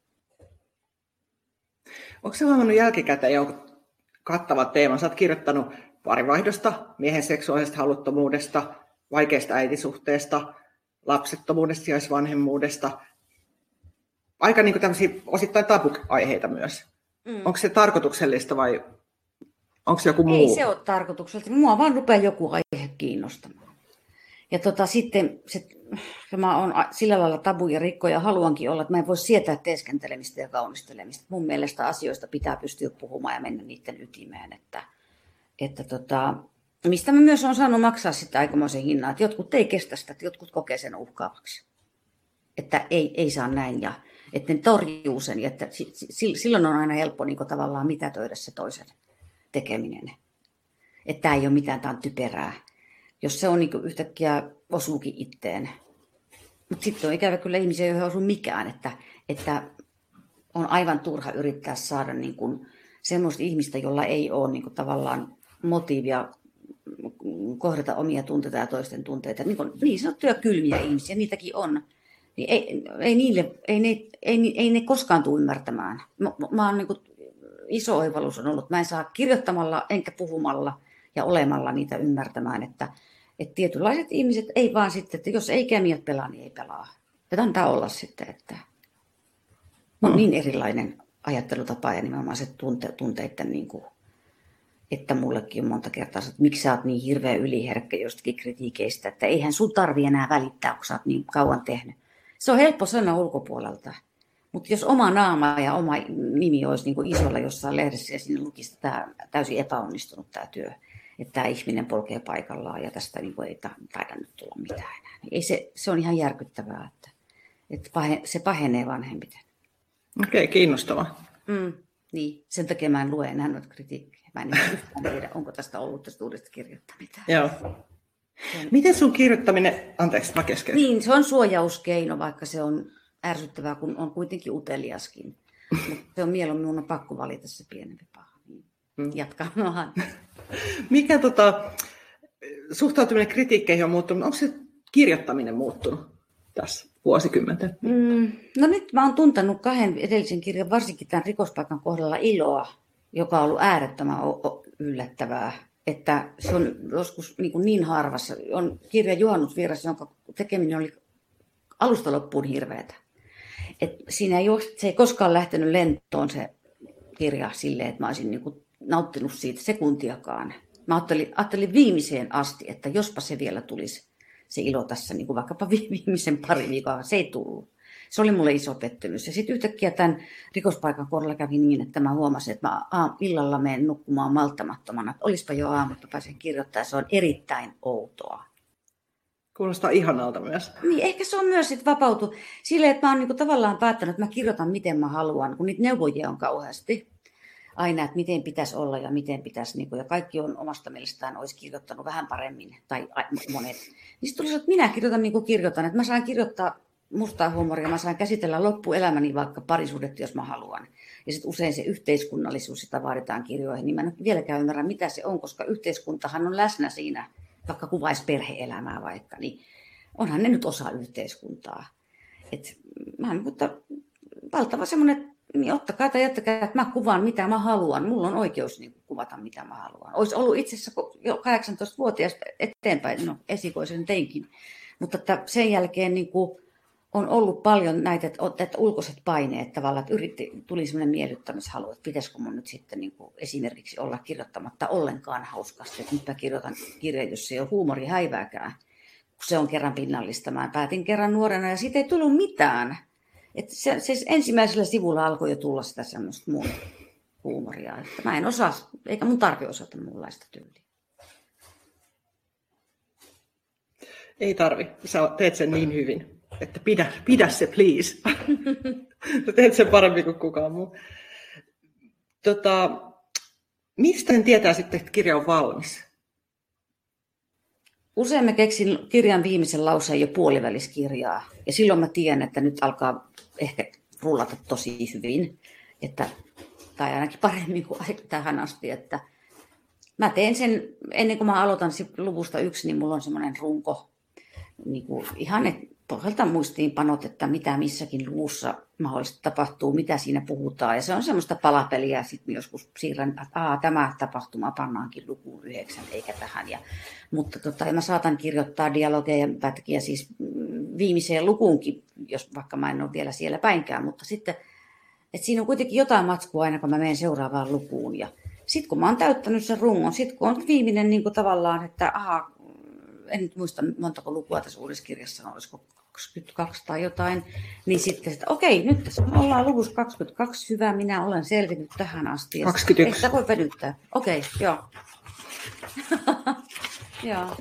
Onko se huomannut jälkikäteen jonkun kattava teema? Sä oot kirjoittanut parinvaihdosta, miehen seksuaalisesta haluttomuudesta, vaikeasta äitisuhteesta, lapsettomuudesta, sijaisvanhemmuudesta. Aika niin kuin tämmöisiä osittain tabu-aiheita myös. Onko se tarkoituksellista vai onko se joku muu? Ei se ole tarkoituksellista. Mua vaan rupeaa joku aihe kiinnostamaan. Ja sitten mä oon sillä lailla tabu ja rikko ja haluankin olla, että mä en voi sietää teeskentelemistä ja kaunistelemista. Mun mielestä asioista pitää pystyä puhumaan ja mennä niiden ytimeen. Mistä mä myös on saanut maksaa sitten aikamoisen hinnan, että jotkut ei kestä sitä, että jotkut kokee sen uhkaavaksi. Että ei saa näin ja että ne torjuu sen. Ja että silloin on aina helppo niin tavallaan mitätöidä se toisen tekeminen. Että tämä ei ole mitään, tämä on typerää. Jos se on niin yhtäkkiä osuukin itteen. Mutta sitten on ikävä kyllä ihmisiä, joihin osu mikään. Että on aivan turha yrittää saada niin kuin semmoista ihmistä, jolla ei ole niin kuin tavallaan motiivia kohdata omia tunteita ja toisten tunteita. Niin sanottuja kylmiä ihmisiä, niitäkin on. Niin ei ne koskaan tule ymmärtämään. Mä oon niin kuin, iso oivallus on ollut. Mä en saa kirjoittamalla enkä puhumalla ja olemalla niitä ymmärtämään, että tietynlaiset ihmiset ei vaan sitten, että jos ei kemiat pelaa, niin ei pelaa. Ja antaa olla sitten, että on niin erilainen ajattelutapa ja nimenomaan se tunteiden, niin kuin, että mullekin on monta kertaa, että miksi sä oot niin hirveän yliherkkä jostakin kritiikeistä, että eihän sun tarvi enää välittää, kun sä oot niin kauan tehnyt. Se on helppo sanoa ulkopuolelta, mutta jos oma naama ja oma nimi olisi niin kuin isolla jossain lehdessä ja sinne lukisi, että tämä täysin epäonnistunut tämä työ, että tämä ihminen polkee paikallaan ja tästä niin kuin ei taida nyt tulla mitään enää. Ei se on ihan järkyttävää, että se pahenee vanhempiten. Okei, kiinnostavaa. Niin, sen takia mä en lue enää noita kritiikkejä. Mä en yhtään tiedä, onko tästä ollut tästä uudesta kirjoittaa mitään. Joo. Miten sun kirjoittaminen, anteeksi mä keskeytin. Niin, se on suojauskeino, vaikka se on ärsyttävää, kun on kuitenkin uteliaskin. Mutta se on mieluummin, mun on pakko valita se pienempi paha. jatkaa vaan. Mikä suhtautuminen kritiikkeihin on muuttunut? Onko se kirjoittaminen muuttunut tässä vuosikymmenten? No nyt mä oon tuntenut 2 edellisen kirjan, varsinkin tämän Rikospaikan kohdalla iloa, joka on ollut äärettömän yllättävää. Että se on joskus niin harvassa. On kirja Juhannusvieras, jonka tekeminen oli alusta loppuun hirveätä. Se ei koskaan lähtenyt lentoon se kirja silleen, että mä olisin niin kuin nauttinut siitä sekuntiakaan. Mä ajattelin viimeiseen asti, että jospa se vielä tulisi se ilo tässä, niin kuin vaikkapa viimeisen pari viikkoa. Se ei tullut. Se oli mulle iso pettymys. Ja sitten yhtäkkiä tämän Rikospaikan kohdalla kävi niin, että mä huomasin, että mä illalla menen nukkumaan malttamattomana. Olispa jo aamu, että pääsen kirjoittamaan. Se on erittäin outoa. Kuulostaa ihanalta myös. Niin, ehkä se on myös sit vapautu silleen, että mä oon niinku tavallaan päättänyt, että mä kirjoitan miten mä haluan, kun niitä neuvojia on kauheasti aina, että miten pitäisi olla ja miten pitäisi, niinku, ja kaikki on omasta mielestään olisi kirjoittanut vähän paremmin, tai monet. Niin sitten tuli, että minä kirjoitan niin kuin kirjoitan, että mä saan kirjoittaa mustaa huumoria, mä saan käsitellä loppuelämäni vaikka parisuhdetta, jos mä haluan. Ja sitten usein se yhteiskunnallisuus, sitä vaaditaan kirjoihin, niin mä en vieläkään ymmärrä, mitä se on, koska yhteiskuntahan on läsnä siinä, vaikka kuvaisi perhe-elämää vaikka, niin onhan ne nyt osa yhteiskuntaa. Et mä oon valtava semmoinen, niin ottakaa tai jättäkää, että mä kuvaan mitä mä haluan. Mulla on oikeus niin kuvata mitä mä haluan. Olisi ollut itse asiassa jo 18-vuotiaasta eteenpäin, no esikoisen teinkin. Mutta että sen jälkeen niin kuin on ollut paljon näitä, että ulkoiset paineet tavallaan, että tuli semmoinen miellyttämishalu, että pitäisikö mun nyt sitten niin kuin esimerkiksi olla kirjoittamatta ollenkaan hauskasti. Että nyt mä kirjoitan kirjan, jos ei ole huumori häivääkään, kun se on kerran pinnallista. Mä päätin kerran nuorena ja siitä ei tullut mitään. Että se ensimmäisellä sivulla alkoi jo tulla sitä semmoista mun huumoria. Että mä en osaa, eikä mun tarvitse osata muunlaista tyyliä. Ei tarvi. Sä teet sen niin hyvin, että pidä se please. Sä teet sen paremmin kuin kukaan muu. Mistä sen tietää sitten, että kirja on valmis? Usein mä keksin kirjan viimeisen lauseen jo puoliväliskirjaa. Ja silloin mä tiedän, että nyt alkaa ehkä rullata tosi hyvin. Tai ainakin paremmin kuin tähän asti. Että mä teen sen, ennen kuin mä aloitan luvusta 1, niin mulla on semmoinen runko. Niin kuin ihan pohjalta muistiinpanot, että mitä missäkin luvussa mahdollisesti tapahtuu, mitä siinä puhutaan. Ja se on semmoista palapeliä, sitten joskus siirrän, että tämä tapahtuma pannaankin lukuun 9 eikä tähän. Mutta mä saatan kirjoittaa dialogeja ja pätkiä siis viimeiseen lukuunkin, jos vaikka mä en ole vielä siellä päinkään. Mutta sitten, että siinä on kuitenkin jotain matskua aina, kun mä menen seuraavaan lukuun. Ja sitten kun mä oon täyttänyt sen rungon, sitten kun on viimeinen niin kuin tavallaan, että en nyt muista montako lukua tässä uudessa kirjassa on, olisiko 22 tai jotain, niin sitten, että okei, nyt tässä ollaan luvussa 22, hyvä, minä olen selvinnyt tähän asti. 21. Ei sitä voi venyttää. Okei, joo. Joo.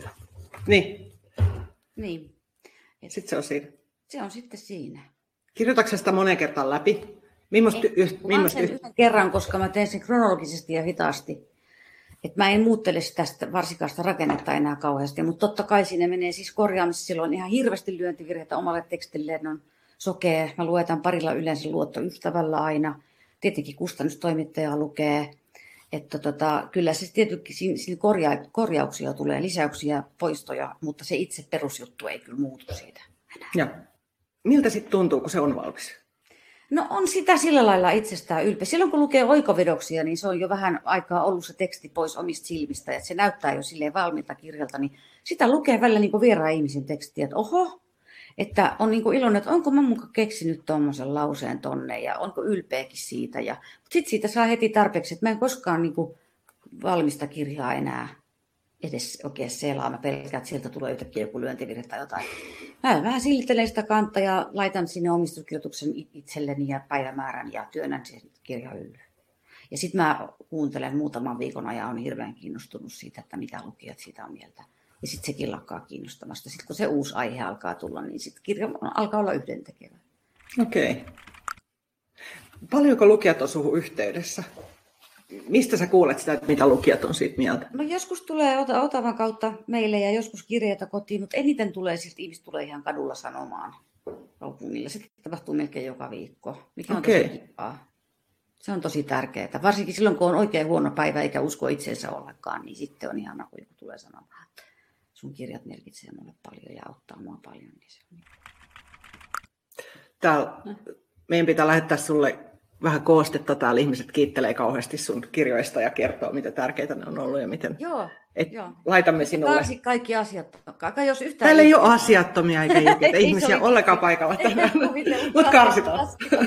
Niin. Sitten se on siinä. Se on sitten siinä. Kirjoitatko sitä moneen kertaan läpi? Millaista yhden kerran, koska mä teen sen kronologisesti ja hitaasti. Et mä en muuttele tästä varsinkaan sitä rakennetta enää kauheasti, mutta totta kai siinä menee siis korjaamisessa. Silloin ihan hirveästi lyöntivirheitä omalle tekstille, ne on sokea. Mä luetan parilla yleensä luottoystävällä aina. Tietenkin kustannustoimittaja lukee. Että kyllä se tietenkin siinä korjauksia tulee, lisäyksiä, poistoja, mutta se itse perusjuttu ei kyllä muutu siitä enää. Ja. Miltä sitten tuntuu, kun se on valmis? No on sitä sillä lailla itsestään ylpeä. Silloin kun lukee oikovedoksia, niin se on jo vähän aikaa ollut se teksti pois omista silmistä. Ja se näyttää jo silleen valmiilta kirjalta, niin sitä lukee välillä niin kuin vieraan ihmisen tekstiä, että oho, että on niin kuin iloinen, että onko mä mukaan keksinyt tuommoisen lauseen tonne ja onko ylpeäkin siitä. Mutta sitten siitä saa heti tarpeeksi, että mä en koskaan niin kuin valmista kirjaa enää edes oikein selaa. Mä pelkään, että sieltä tulee yhtäkkiä joku lyöntivirhe tai jotain. Mä vähän silittelen sitä kantta ja laitan sinne omistuskirjoituksen itselleni ja päivämäärän ja työnnän sen kirjahyllyyn. Ja sitten mä kuuntelen muutaman viikon ajan, on hirveän kiinnostunut siitä, että mitä lukijat siitä on mieltä. Ja sitten sekin lakkaa kiinnostamasta. Sitten kun se uusi aihe alkaa tulla, niin sitten kirja alkaa olla yhdentekevä. Okei. Paljonko lukijat on suhun yhteydessä? Mistä sä kuulet sitä, että mitä lukijat on siitä mieltä? No joskus tulee Otavan kautta meille ja joskus kirjeitä kotiin, mutta eniten tulee, siis ihmiset tulee ihan kadulla sanomaan kaupungilla. Se tapahtuu melkein joka viikko, mikä on tosi kivaa. Se on tosi tärkeää. Varsinkin silloin, kun on oikein huono päivä eikä usko itseensä ollenkaan, niin sitten on ihana, kun joku tulee sanomaan, että sun kirjat merkitsee mulle paljon ja auttaa mua paljon. Niin se on... Meidän pitää lähettää sulle vähän koostetta. Täällä ihmiset kiittelee kauheasti sun kirjoista ja kertoo, miten tärkeitä ne on ollut ja miten... Joo. Laitamme sinulle. Karsi kaikki asiattomat. Jos yhtään täällä ei ole asiattomia eikä jokita ihmisiä ollenkaan paikalla tänään. Mutta karsitaan.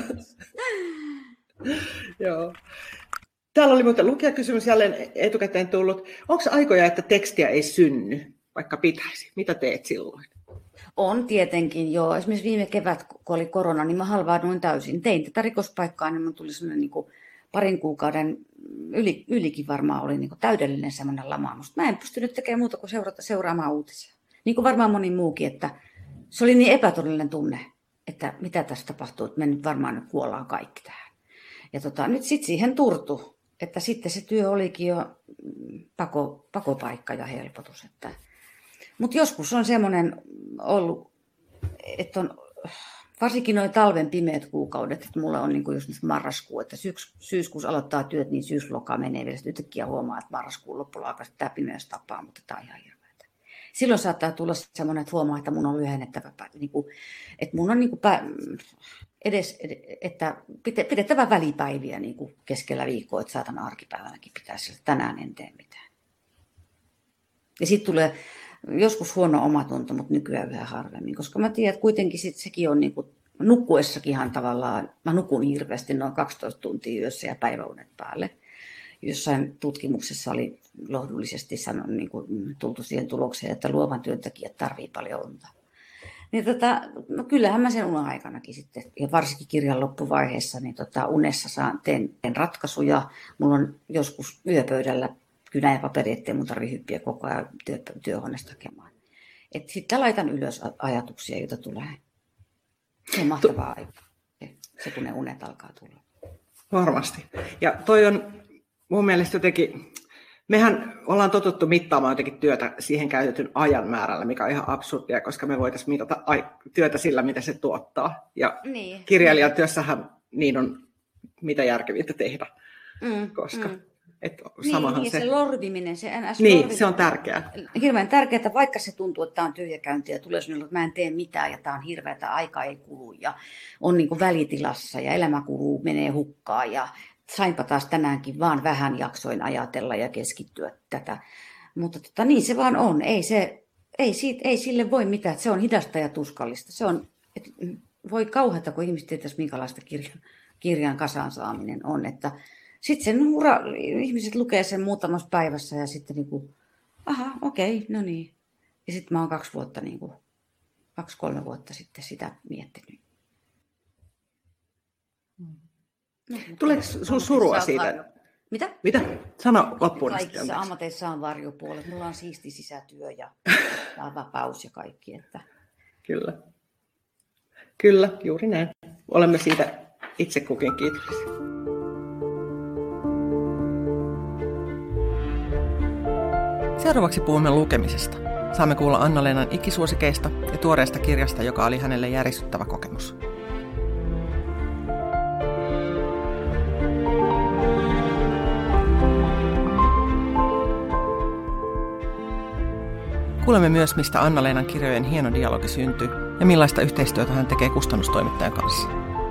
Joo. Täällä oli muuten lukijakysymys jälleen etukäteen tullut. Onko aikoja, että tekstiä ei synny, vaikka pitäisi? Mitä teet silloin? On tietenkin, joo. Esimerkiksi viime kevät, kun oli korona, niin mä halvauduin täysin. Tein tätä rikospaikkaa, niin mun tuli semmoinen parin kuukauden, ylikin varmaan oli täydellinen semmoinen lamaannus. Mä en pystynyt tekemään muuta kuin seuraamaan uutisia. Niin kuin varmaan moni muukin, että se oli niin epätodellinen tunne, että mitä tässä tapahtuu, että me nyt varmaan kuollaan kaikki tähän. Ja nyt sitten siihen turtu, että sitten se työ olikin jo pakopaikka ja helpotus. Mutta joskus on semmoinen ollut, että on varsinkin noin talven pimeät kuukaudet, että mulla on just nyt marraskuu, että syyskuussa aloittaa työt, niin syysloka menee vielä. Sitten yhtäkkiä huomaa, että marraskuun loppuun alkaa tämä pimeys tapaa, mutta tämä on ihan hirveätä. Silloin saattaa tulla semmoinen, että huomaa, että mun on lyhennettävä, että mun on että pidettävä välipäiviä keskellä viikkoa, että saatana arkipäivänäkin pitää sillä, että tänään en tee mitään. Ja sitten tulee joskus huono omatunto, mutta nykyään yhä harvemmin, koska mä tiedän, että kuitenkin sekin on nukkuessakinhan tavallaan, mä nukun hirveästi noin 12 tuntia yössä ja päiväunet päälle. Jossain tutkimuksessa oli lohdullisesti tultu siihen tulokseen, että luovan työntekijät tarvii paljon unta. Niin no kyllähän mä sen unen aikanakin sitten, ja varsinkin kirjan loppuvaiheessa, niin unessa teen ratkaisuja. Mulla on joskus yöpöydällä kynä ja paperi, ettei mun tarvitse hyppiä koko ajan työhuoneesta hakemaan. Sitten laitan ylös ajatuksia, joita tulee. Se on mahtavaa aika, se kun ne unet alkaa tulla. Varmasti. Ja toi on mun mielestä jotenkin, mehän ollaan totuttu mittaamaan jotenkin työtä siihen käytetyn ajan määrällä, mikä on ihan absurdia, koska me voitaisiin mitata työtä sillä, mitä se tuottaa. Ja niin, kirjailijan työssähän niin on mitä järkevintä tehdä, koska... Se lorviminen, se NS niin, se on tärkeää. Hirveän tärkeää, että vaikka se tuntuu, että tämä on tyhjäkäynti ja tulee sinulle, että mä en tee mitään ja tämä on hirveätä, aika ei kulu ja on välitilassa ja elämä kuluu, menee hukkaan ja sainpa taas tänäänkin vaan vähän jaksoin ajatella ja keskittyä tätä. Mutta niin se vaan on, ei sille voi mitään, se on hidasta ja tuskallista. Se on, voi kauheata, kun ihmiset tietäisi, minkälaista kirjan kasaan saaminen on, että sitten ihmiset lukee sen muutamassa päivässä ja sitten no niin. Ja sitten mä oon 2-3 vuotta sitten sitä miettinyt. No, tuleeko sun surua siitä? Mitä? Sano loppuun. Kaikissa ammateissa on varjopuolet. Mulla on siisti sisätyö ja vapaus ja kaikki. Että... Kyllä, juuri näin. Olemme siitä itse kukin kiitollisia. Seuraavaksi puhumme lukemisesta. Saamme kuulla Anna-Leenan ikisuosikeista ja tuoreesta kirjasta, joka oli hänelle järisyttävä kokemus. Kuulemme myös, mistä Anna-Leenan kirjojen hieno dialogi syntyy ja millaista yhteistyötä hän tekee kustannustoimittajan kanssa.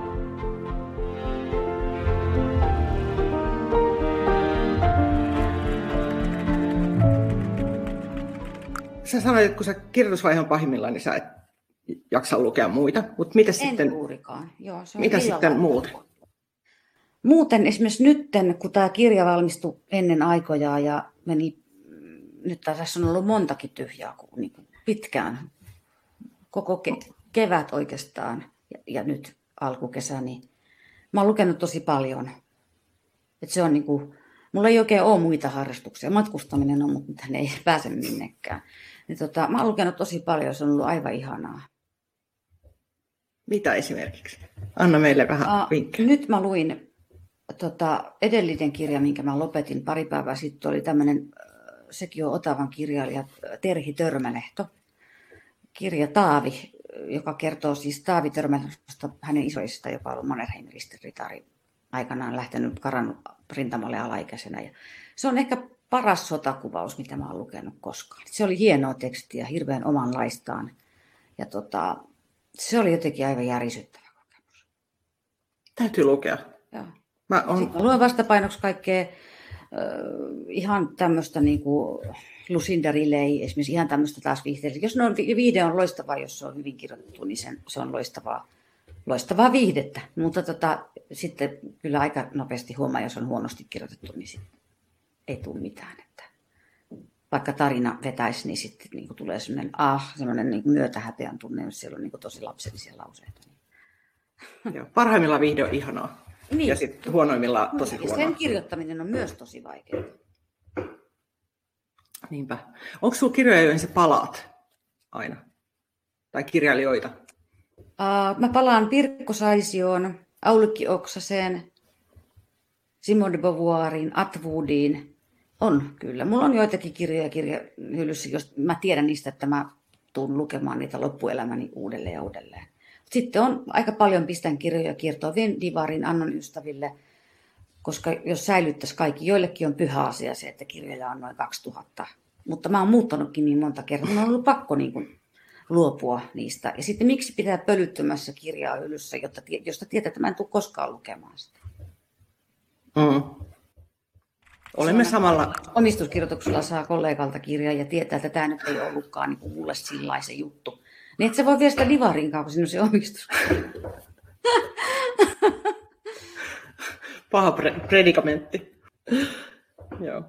Sä sanoit, että kun sä kirjoitusvaihe on pahimmillaan, niin sä et jaksa lukea muita. Mutta mitä sitten? En juurikaan. Joo, se on mitä sitten muuten? Muuten esimerkiksi nyt, kun tämä kirja valmistui ennen aikoja ja nyt tässä on ollut montakin tyhjää pitkään, koko kevät oikeastaan ja nyt alkukesä, niin mä oon lukenut tosi paljon. Että se on mulla ei oikein ole muita harrastuksia. Matkustaminen on, mutta hän ei pääse minnekään. Niin mä oon lukenut tosi paljon, se on ollut aivan ihanaa. Mitä esimerkiksi? Anna meille vähän vinkkejä. Nyt mä luin edellinen kirja, minkä mä lopetin pari päivää sitten, oli tämmöinen, sekin on Otavan kirjailija Terhi Törmälehto. Kirja Taavi, joka kertoo siis Taavi Törmälehtosta, hänen isoisesta, joka on ollut Mannerheimin ristiriitaari aikanaan lähtenyt karannut rintamalle alaikäisenä. Ja se on ehkä paras sotakuvaus, mitä mä oon lukenut koskaan. Se oli hienoa tekstiä, hirveän omanlaistaan. Ja se oli jotenkin aivan järisyttävä kokemus. Täytyy lukea. Joo. Mä luen vastapainoksi kaikkea ihan tämmöistä niin kuin Lucinda Riley, esimerkiksi ihan tämmöistä taas viihteellä. Jos viihde on loistavaa, jos se on hyvin kirjoitettu, niin se on loistavaa viihdettä. Mutta sitten kyllä aika nopeasti huomaa, jos on huonosti kirjoitettu, niin ei tule mitään. Että vaikka tarina vetäisi, niin sitten niin kuin tulee semmoinen niin kuin myötähäpeän tunne, jos siellä on niin kuin tosi lapsellisia lauseita. Joo, parhaimmillaan viihde on ihanaa. Niin. Ja sitten huonoimmillaan tosi huonoa. Sen kirjoittaminen on myös tosi vaikeaa. Niinpä. Onko sinulla kirjoja, joihin sä palaat aina? Tai kirjailijoita? Mä palaan Pirkko Saisioon, Aulikki Oksaseen, Simone de Beauvoiriin, Atwoodiin. On kyllä. Mulla on joitakin kirjoja kirjahyllyssä, jos mä tiedän niistä, että mä tuun lukemaan niitä loppuelämäni uudelleen ja uudelleen. Sitten on aika paljon pistän kirjoja kiertoa Vendivarin Annon ystäville, koska jos säilyttäisiin kaikki, joillekin on pyhä asia se, että kirjoja on noin 2000. Mutta mä oon muuttanutkin niin monta kertaa, mun on ollut pakko niin kuin luopua niistä. Ja sitten miksi pitää pölyttömässä kirjaa hyllyssä, josta tietää, että mä en tule koskaan lukemaan sitä. Olemme samalla. Omistuskirjoituksella saa kollegalta kirjaa ja tietää, että tämä nyt ei ollutkaan niin kuin mulle sillaisen juttu. Niin et sä voi viedä sitä divarinkaan, kun sinun se omistus. Paha predikamentti. Joo.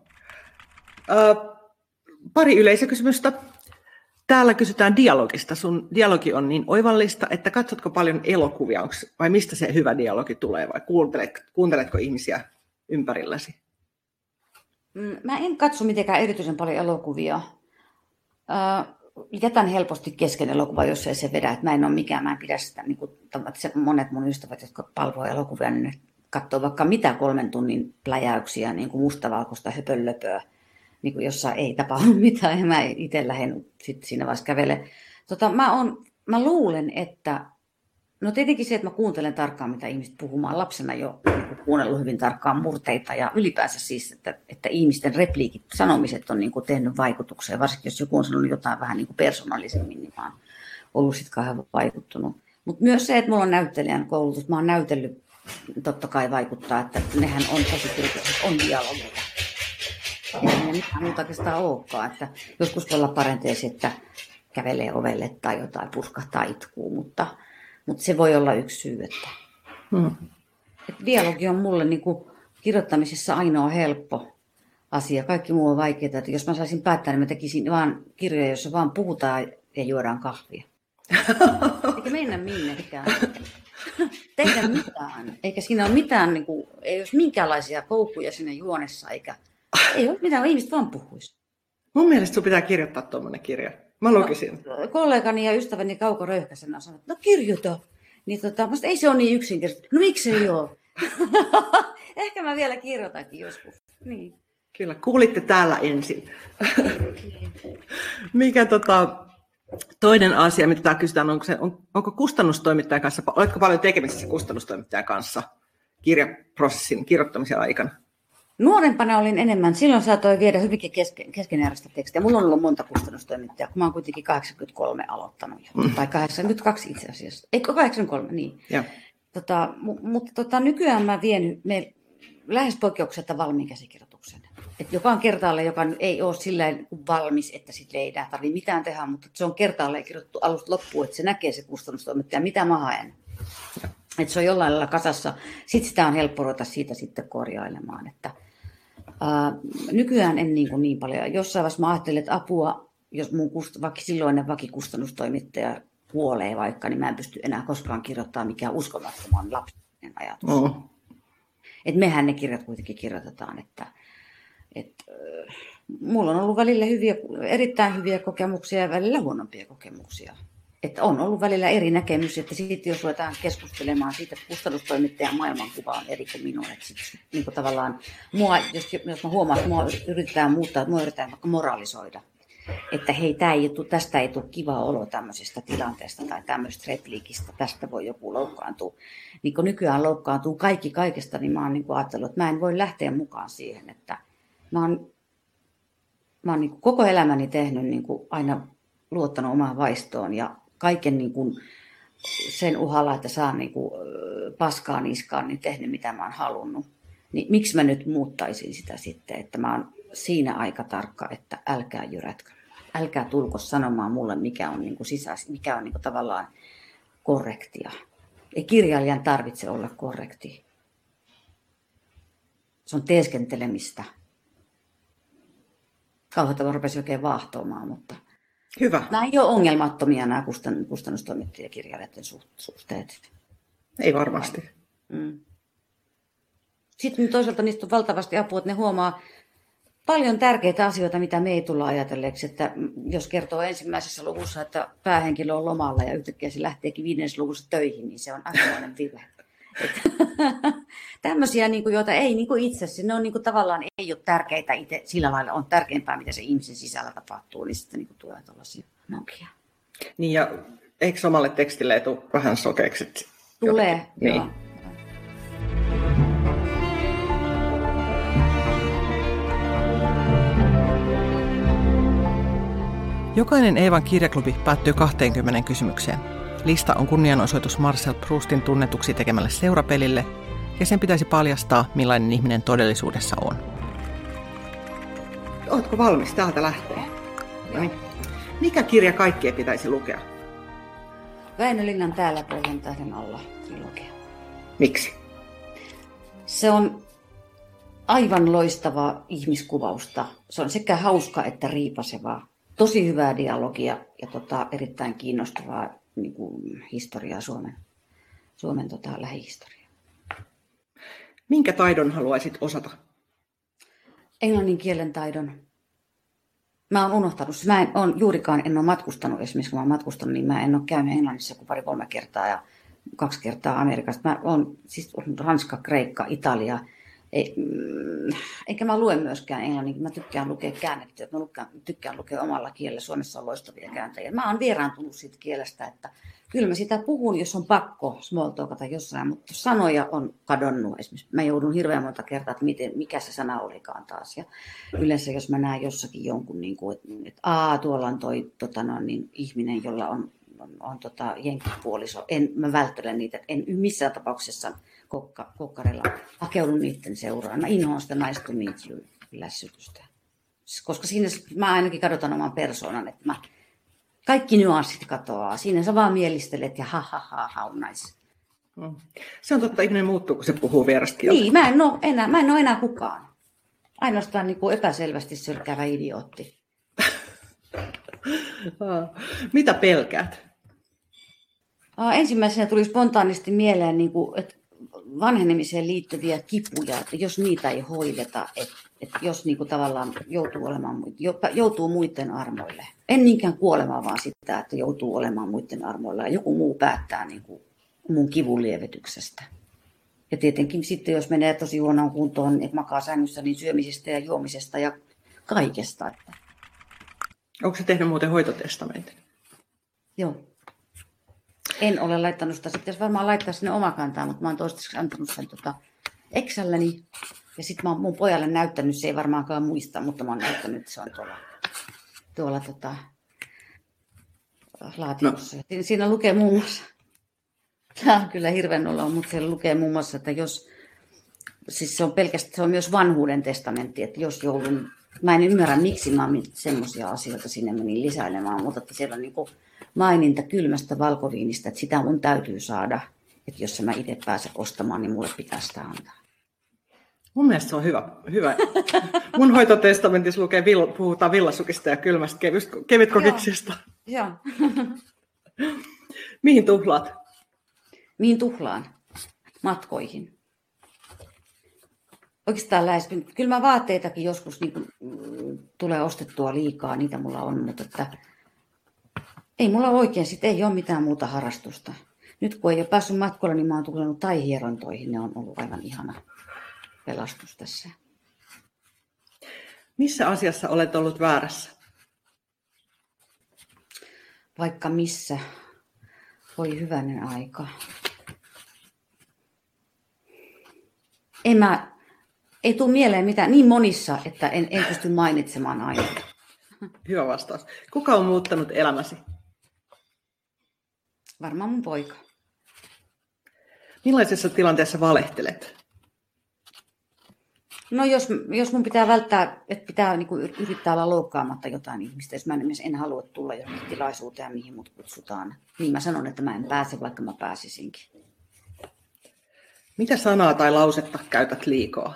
Pari yleisökysymystä. Täällä kysytään dialogista. Sun dialogi on niin oivallista, että katsotko paljon elokuvia, vai mistä se hyvä dialogi tulee, vai kuunteletko ihmisiä ympärilläsi? Mä en katso mitenkään erityisen paljon elokuvia. Jätän helposti kesken elokuva, jos ei se vedä. Että mä en pidä sitä. Niin kuin, monet mun ystävät, jotka palvoo elokuvia, niin ne katsoo vaikka mitä 3 tunnin pläjäyksiä, niin kuin mustavalkoista höpönlöpöä, niin kuin jossa ei tapahdu mitään. Ja mä itse lähden sitten siinä vaiheessa kävele. Mä luulen, että no tietenkin se, että mä kuuntelen tarkkaan, mitä ihmiset puhuu. Mä oon lapsena jo niin kuunnellut hyvin tarkkaan murteita ja ylipäänsä siis, että ihmisten repliikit, sanomiset on niin kuin tehnyt vaikutuksia. Varsinkin jos joku on sanonut jotain vähän niin kuin persoonallisemmin, niin mä oon ollut sitten kauhean vaikuttunut. Mutta myös se, että mulla on näyttelijän koulutus, mä oon näytellyt, totta kai vaikuttaa, että nehän on tosi kirjoitukset, on dialogia. Ei mitään muuta oikeastaan olekaan, että joskus voi olla parenteesi, että kävelee ovelle tai jotain, purskahtaa itkuu, mutta se voi olla yksi syy, että dialogi on mulle niin kuin kirjoittamisessa ainoa helppo asia. Kaikki muu on vaikeaa, että jos mä saisin päättää, niin mä tekisin vaan kirjoja, joissa vaan puhutaan ja juodaan kahvia. Eikä mennä minnekään. Tehdä mitään. Eikä siinä ole mitään, niin kuin, ei ole minkäänlaisia koukkuja siinä juonessa, ei ole mitään, ihmiset vaan puhuisi. Mun mielestä sun pitää kirjoittaa tuommoinen kirja. Mä lukisin. Kollegani ja ystäväni Kauko Röyhkäsenä sanoi, että no kirjoita. Niin ei se ole niin yksinkertaisesti. No miksi ei ole? Ehkä mä vielä kirjoitankin joskus. Niin. Kyllä, kuulitte täällä ensin. Mikä toinen asia, mitä täällä kysytään, onko kustannustoimittajan kanssa, oletko paljon tekemisissä kustannustoimittajan kanssa kirjaprosessin kirjoittamisen aikana? Nuorempana olin enemmän. Silloin saatoin viedä hyvinkin keskeneräistä tekstiä. Mulla on ollut monta kustannustoimittajaa, kun mä oon kuitenkin 83 aloittanut jo. Tai 82 itse asiassa. Eikö 83, niin. Ja. Mutta nykyään mä vien lähes poikkeuksetta valmiin käsikirjoituksen. Joka on kertaalleen, joka ei ole sillä valmis, että sille ei enää tarvitse mitään tehdä, mutta se on kertaalleen kirjoittu alusta loppuun, että se näkee se kustannustoimittaja, mitä mä haen. Että se on jollain lailla kasassa. Sitten sitä on helppo ruveta siitä sitten korjailemaan. Että, nykyään en niin paljon. Jossain vaiheessa mä ajattelin, että apua, jos mun silloinen vakikustannustoimittaja kuolee vaikka, niin mä en pysty enää koskaan kirjoittamaan mikään uskomattoman lapsinen ajatus. Että mehän ne kirjat kuitenkin kirjoitetaan. Että mulla on ollut välillä erittäin hyviä kokemuksia ja välillä huonompia kokemuksia. Että on ollut välillä eri näkemys, että sitten jos ruvetaan keskustelemaan siitä, että kustannustoimittajan maailmankuva on eri kuin minun, että sitten niin tavallaan, jos mä huomaan, että mua yritetään muuttaa, että mua yritetään vaikka moralisoida, että hei, tästä ei tule kiva olo tämmöisestä tilanteesta tai tämmöisestä repliikistä, tästä voi joku loukkaantua. Niin kun nykyään loukkaantuu kaikki kaikesta, niin mä oon niin ajatellut, että mä en voi lähteä mukaan siihen, että mä oon niin koko elämäni tehnyt niin aina luottanut omaan vaistoon ja kaiken niin sen uhalla, että saan niin paskaa niskaan, niin tehnyt mitä mä oon halunnut. Niin miksi mä nyt muuttaisin sitä sitten, että mä oon siinä aika tarkka, että älkää jyrätkö. Älkää tulko sanomaan mulle, mikä on, mikä on tavallaan korrektia. Ei kirjailijan tarvitse olla korrekti. Se on teeskentelemistä. Kauheita rupesin oikein vaahtoamaan, mutta hyvä. Nämä ei ole ongelmattomia nämä kustannustoimittajakirjailijoiden suhteet. Ei varmasti. Sitten toisaalta niistä on valtavasti apua, että ne huomaa paljon tärkeitä asioita, mitä me ei tulla ajatelleeksi. Että jos kertoo ensimmäisessä luvussa, että päähenkilö on lomalla ja yhtäkkiä se lähteekin 5. luvussa töihin, niin se on aikamoinen virhe. Tämmöisiä, joita ei itse, ne on tavallaan ei ole tärkeitä itse, sillä lailla on tärkeämpää, mitä se ihmisen sisällä tapahtuu, niin sitten tulee tällaisia nokia. Niin ja eikö samalle tekstille tule vähän sokeeksi? Tulee, niin. Joo. Jokainen Eevan kirjaklubi päättyy 20 kysymykseen. Lista on kunnianosoitus Marcel Proustin tunnetuksi tekemälle seurapelille, ja sen pitäisi paljastaa, millainen ihminen todellisuudessa on. Ootko valmis? Täältä lähtee. Niin. Mikä kirja kaikkien pitäisi lukea? Väinö Linnan Täällä Pohjantähden alla -trilogia. Miksi? Se on aivan loistavaa ihmiskuvausta. Se on sekä hauska että riipasevaa. Tosi hyvää dialogia ja erittäin kiinnostavaa historiaa, Suomen lähihistoriaa. Minkä taidon haluaisit osata? Englannin kielen taidon. Mä oon unohtanut. Mä en ole matkustanut esimerkiksi, kun mä oon matkustanut, niin mä en ole käynyt Englannissa kuin 2-3 kertaa ja 2 kertaa Amerikasta. Mä oon siis Ranska, Kreikka, Italia. Enkä mä lue myöskään englannin. Mä tykkään lukea käännettyä. Mä tykkään lukea omalla kielellä. Suomessa on loistavia kääntäjiä. Mä oon vieraantunut siitä kielestä, että kyllä mä sitä puhun, jos on pakko small talkata jossain, mutta sanoja on kadonnut. Esimerkiksi mä joudun hirveän monta kertaa, että mikä se sana olikaan taas. Ja yleensä jos mä näen jossakin jonkun, että tuolla on toi ihminen, jolla on jenkkipuoliso. Mä välttelen niitä. En missään tapauksessa kokkarella hakeudun niiden seuraan. Mä inhoan sitä nice to meet you -lässytystä. Koska siinä mä ainakin kadotan oman persoonan, että kaikki nyanssit katoaa. Siinä sä vaan mielistelet ja how nice. Se on totta, ihminen muuttuu, kun se puhuu vierasta kieltä. Niin, mä en ole enää kukaan. Ainoastaan epäselvästi sylkäävä idiootti. Mitä pelkäät? Ensimmäisenä tuli spontaanisti mieleen, että vanhenemiseen liittyviä kipuja, että jos niitä ei hoideta, että jos tavallaan joutuu muiden armoille. En niinkään kuolemaa, vaan sitä, että joutuu olemaan muiden armoilla ja joku muu päättää mun kivun lievityksestä. Ja tietenkin sitten, jos menee tosi huonoon kuntoon, että makaa sängyssä, niin syömisestä ja juomisesta ja kaikesta. Onko se tehnyt muuten hoitotestamentin? Joo. En ole laittanut sitä. Sitten varmaan laittaa sinne omakantaan, mutta mä oon toistaiseksi antanut sen Excelläni. Ja sitten mä oon mun pojalle näyttänyt, se ei varmaankaan muista, mutta mä oon näyttänyt, että se on tuolla laatikossa. No. Siinä lukee muun muassa, tämä on kyllä hirveän olo, mutta siellä lukee muun muassa, että siis se on myös vanhuuden testamentti, että jos joudun, mä en ymmärrä miksi mä semmoisia asioita sinne menin lisäilemään, mutta että siellä on maininta kylmästä valkoviinistä, että sitä mun täytyy saada, että jos mä itse pääsen ostamaan, niin mulle pitää sitä antaa. Mun mielestä se on hyvä. Mun hoitotestamentissa puhutaan villasukista ja kylmästä kevytkokiksista. Joo. Mihin tuhlaat? Mihin tuhlaan? Matkoihin. Oikeastaan lähes. Kyllä mä vaatteitakin joskus tulee ostettua liikaa, niitä mulla on, mutta että ei mulla oikein, ei ole mitään muuta harrastusta. Nyt kun ei ole päässyt matkoilla, niin mä oon tullut taihierontoihin, ne on ollut aivan ihana pelastus tässä. Missä asiassa olet ollut väärässä? vaikka missä. Voi hyvänen aika. Ei tule mieleen mitään niin monissa, että en pysty mainitsemaan aina. Hyvä vastaus. Kuka on muuttanut elämäsi? Varmaan mun poika. Millaisessa tilanteessa valehtelet? No jos mun pitää välttää, että pitää niinku yrittää olla loukkaamatta jotain ihmistä, jos mä en halua tulla johonkin tilaisuuteen, mihin mut kutsutaan, niin mä sanon, että mä en pääse, vaikka mä pääsisinkin. Mitä sanaa tai lausetta käytät liikaa?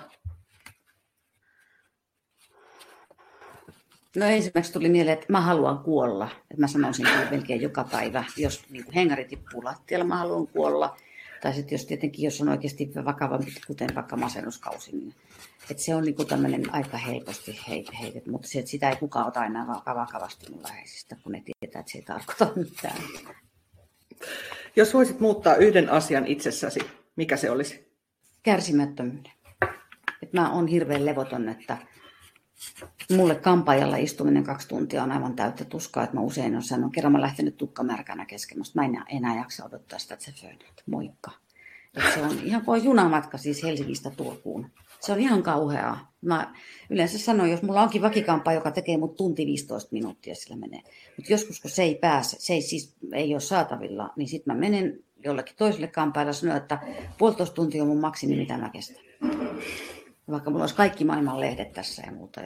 No ensimmäiseksi tuli mieleen, että mä haluan kuolla. Että mä sanoisin melkein joka päivä, jos niin hengari tippuu lattialla, mä haluan kuolla. Tai sitten jos on oikeasti vakavampi, kuten vaikka masennuskausi, niin että se on niin kuin tämmöinen aika helposti heitet, mutta se, että sitä ei kukaan ota enää vakavasti mun läheisistä, kun ne tietää, että se ei tarkoita mitään. Jos voisit muuttaa yhden asian itsessäsi, mikä se olisi? Kärsimättömyyden. Että mä oon hirveän levoton, että mulle kampaajalla istuminen 2 tuntia on aivan täyttä tuskaa, että mä usein olen sanonut, kerran mä lähtenyt tukkamärkänä kesken, mä en enää jaksa odottaa sitä, että se föönää, moikka. Että se on ihan kuin junamatka siis Helsingistä Turkuun. Se on ihan kauheaa. Mä yleensä sanon, jos mulla onkin vakikampaa, joka tekee mut tunti 15 minuuttia, sillä menee. Mutta joskus kun se ei pääse, ei ole saatavilla, niin sitten mä menen jollekin toiselle kampaajalle ja sanon, että 1,5 tuntia on mun maksimi, mitä mä kestän. Vaikka mulla olisi kaikki maailman lehdet tässä ja muuta.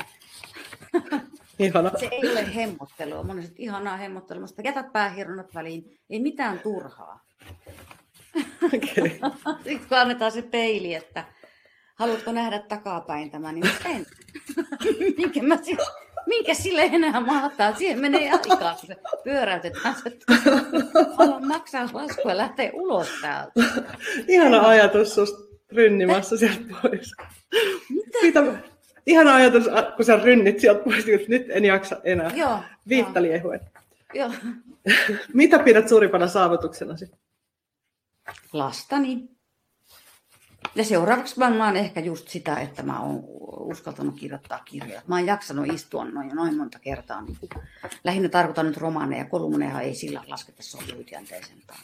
Se ei ole hemmottelua. Mä olen ihanaa hemmottelua. Mutta jätät päähirnat väliin. Ei mitään turhaa. Okay. Sitten kun annetaan se peili, että haluatko nähdä takapäin tämän, niin en. Minkä sille enää mahtaa? Siihen menee aikaa, kun se pyöräytetään. Haluan maksaa laskua ja lähteä ulos täältä. Ihana ajatus susta rynnimassa sieltä pois. Mitä? Ihana ajatus, kun sä rynnit sieltä pois, että nyt en jaksa enää. Joo, Viitta liehuen. Joo. Mitä pidät suurimpana saavutuksenasi? Lastani. Ja seuraavaksi mä oon ehkä just sitä, että mä oon uskaltanut kirjoittaa kirjoja. Mä oon jaksanut istua noin monta kertaa. Lähinnä tarkoitan nyt romaaneja. Kolumneja ei sillä lasketa, se on lyhytjänteisempää.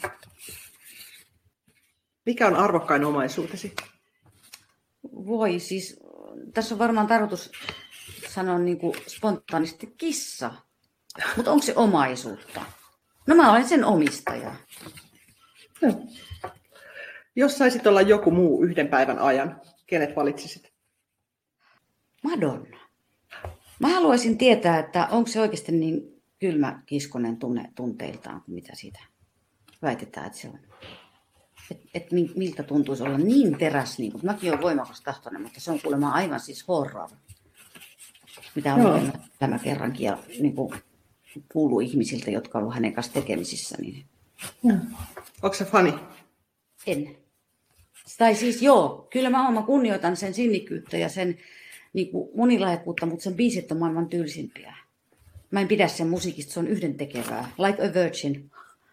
Mikä on arvokkain omaisuutesi? Voi siis, tässä on varmaan tarkoitus sanoa niin kuin spontaanisti kissa. Mutta onko se omaisuutta? No mä olen sen omistaja. No. Jos saisit olla joku muu yhden päivän ajan, kenet valitsisit? Madonna. Mä haluaisin tietää, että onko se oikeasti niin kylmä kiskonen tunteiltaan kuin mitä siitä väitetään, että se on. Että miltä tuntuisi olla niin teräs, niin kuin mäkin olen voimakas tahtoinen, mutta se on kuulemma aivan siis horror. Mitä on tämä kerrankin ja niin kuin kuuluu ihmisiltä, jotka ovat olleet hänen kanssa tekemisissä. Niin. Onko se fani? En. Tai siis joo, kyllä mä kunnioitan sen sinnikkyyttä ja sen niin kuin monilahjakkuutta, mutta sen biisit on maailman tylsimpiä. Mä en pidä sen musiikista, se on yhdentekevää. Like a Virgin.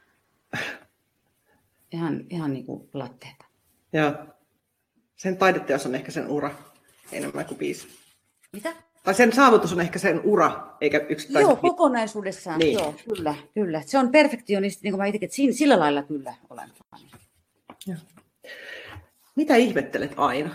Ihan niin kuin latteeta. Joo. Sen taideteos on ehkä sen ura, enemmän kuin biisi. Mitä? Tai sen saavutus on ehkä sen ura, eikä yksittäisen. Joo, kokonaisuudessaan. Niin. Joo, kyllä. Se on perfektionisti, niin kuin mä itsekin, että sillä lailla kyllä olen fani. Joo. Mitä ihmettelet aina?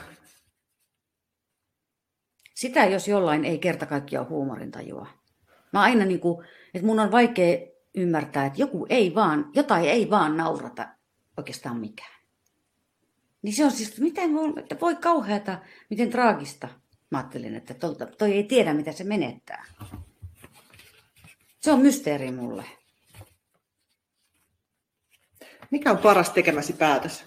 Sitä, jos jollain ei kerta kaikkiaan huumorintajua. Mä aina niin kuin, että mun on vaikea ymmärtää, että jotain ei vaan naurata oikeastaan mikään. Niin se on siis, että voi kauheata, miten traagista. Mä ajattelin, että toi ei tiedä, mitä se menettää. Se on mysteeri mulle. Mikä on paras tekemäsi päätös?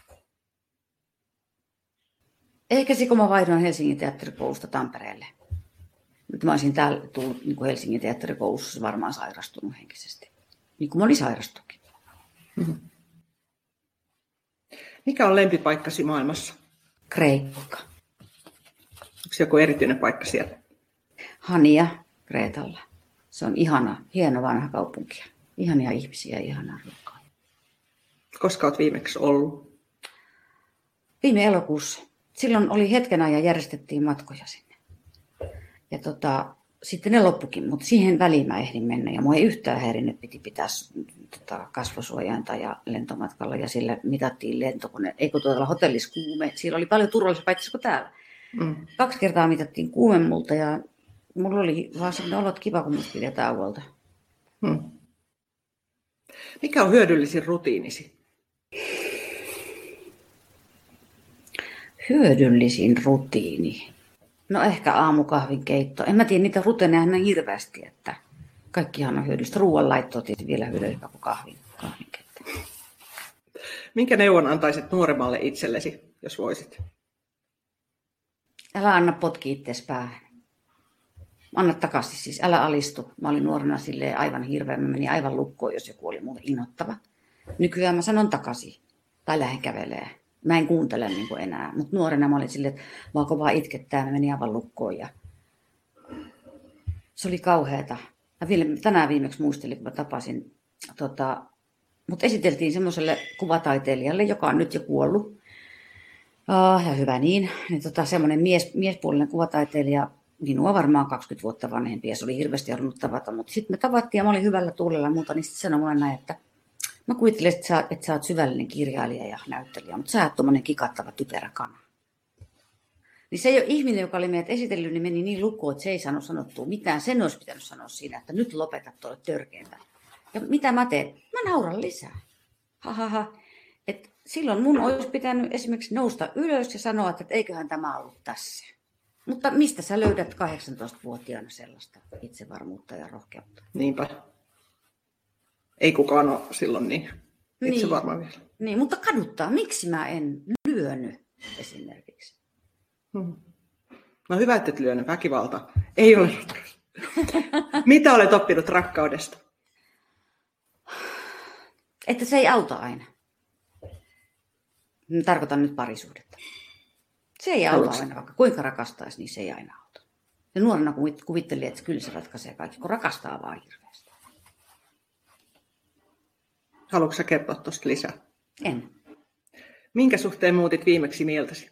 Ehkä se, kun mä vaihdoin Helsingin teatterikoulusta Tampereelle. Nyt mä olisin täällä tullut niin kuin Helsingin teatterikoulussa varmaan sairastunut henkisesti. Niin kuin moni sairastukin. Mm-hmm. Mikä on lempipaikkasi maailmassa? Kreikka. Onko joku erityinen paikka siellä? Hania Kreetalla. Se on ihana, hieno vanha kaupunki. Ihania ihmisiä ja ihanaa ruokaa. Koska olet viimeksi ollut? Viime elokuussa. Silloin oli hetken ajan järjestettiin matkoja sinne. Ja sitten ne loppukin, mutta siihen väliin mä ehdin mennä. Ja mua ei yhtään häirinnyt, piti pitää kasvosuojainta ja lentomatkalla. Ja sillä mitattiin lentokone. Eikö tuolla hotellissa kuume? Siellä oli paljon turvallisempaa paitsi kuin täällä. 2 kertaa mitattiin kuume multa ja mulla oli vaan sellainen olo, että kiva, kun musta pidetään huolta. Mikä on hyödyllisin rutiinisi? Hyödyllisin rutiini? No ehkä aamukahvin keitto. En mä tiedä, niitä rutiineja on hirveästi, että kaikkihan on hyödyllistä. Ruoanlaitto on tietysti vielä hyödyllisempää kuin kahvin keitto. Minkä neuvon antaisit nuoremmalle itsellesi, jos voisit? Älä anna potki itseäsi päähän. Anna takaisin siis, älä alistu. Mä olin nuorena silleen aivan hirveä, mä menin aivan lukkoon, jos joku oli mulle innoittava. Nykyään mä sanon takaisin tai lähden kävelemään. Mä en kuuntele niin kuin enää, mutta nuorena mä olin silleen, että mä alkoi vaan itkettää, mä menin aivan lukkoon ja se oli kauheata. Mä tänään viimeksi muistelin, kun mä tapasin, mut esiteltiin semmoiselle kuvataiteilijalle, joka on nyt jo kuollut. Ja hyvä niin semmoinen miespuolinen kuvataiteilija, minua varmaan 20 vuotta vanhempi ja se oli hirveästi halunnut tavata, mutta sitten me tavattiin ja mä olin hyvällä tuulella ja muuta, niin sitten sanoi mulle näin, että mä kuvittelen, että sä oot syvällinen kirjailija ja näyttelijä, mutta sä oot tommonen kikattava typerä kana. Niin se ei ole ihminen, joka oli meidät esitellyt, niin meni niin lukkoon, että se ei saanut sanottua mitään. Sen olisi pitänyt sanoa siinä, että nyt lopetat tuolle törkeintä. Ja mitä mä teen? Mä nauran lisää. Et silloin mun olisi pitänyt esimerkiksi nousta ylös ja sanoa, että eiköhän tämä ollut tässä. Mutta mistä sä löydät 18-vuotiaana sellaista itsevarmuutta ja rohkeutta? Niinpä. Ei kukaan ole silloin niin itsevarma vielä. Niin, mutta kaduttaa. Miksi mä en lyönyt esimerkiksi? No hyvä, että et lyönyt. Väkivalta ei ole. Mitä olet oppinut rakkaudesta? Että se ei auta aina. Tarkoitan nyt parisuhdetta. Se ei auta aina, vaikka kuinka rakastaisi, niin se ei aina auta. Ja nuorena kuvitteli, että kyllä se ratkaisee kaikki, kun rakastaa vaan hirveästi. Haluatko sä kertoa tuosta lisää? En. Minkä suhteen muutit viimeksi mieltäsi?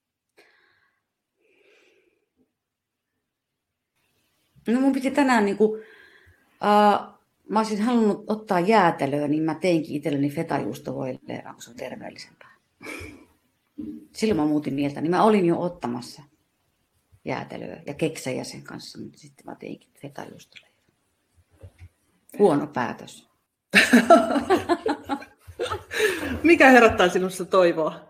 No mun piti tänään, mä olisin halunnut ottaa jäätelöä, niin mä teinkin itselleni fetajuustovoille, kun se on terveellisempää. Silloin mä muutin mieltä, niin mä olin jo ottamassa jäätelöä ja keksejä sen kanssa, mutta sitten mä teinkin fetajuustoleivän. Huono päätös. Mikä herättää sinussa toivoa?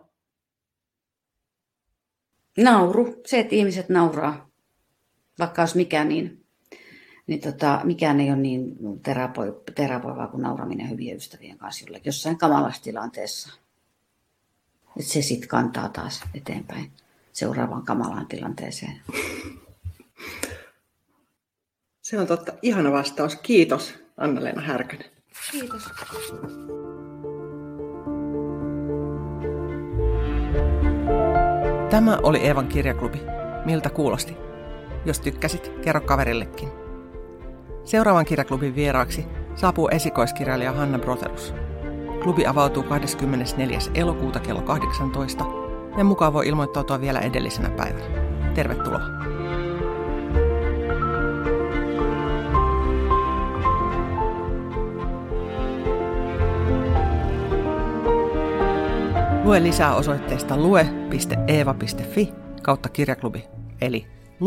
Nauru. Se, että ihmiset nauraa. Vaikka olisi mikä, niin mikään ei ole niin terapoivaa kuin nauraminen hyvien ystävien kanssa jossain kamalassa tilanteessa. Että se sitten kantaa taas eteenpäin seuraavaan kamalaan tilanteeseen. Se on totta. Ihana vastaus. Kiitos, Anna-Leena Härkönen. Kiitos. Tämä oli Eevan kirjaklubi. Miltä kuulosti? Jos tykkäsit, kerro kaverillekin. Seuraavan kirjaklubin vieraaksi saapuu esikoiskirjailija Hanna Brotherus. Klubi avautuu 24. elokuuta kello 18 ja mukaan voi ilmoittautua vielä edellisenä päivänä. Tervetuloa! Lue lisää osoitteesta lue.eeva.fi/kirjaklubi, eli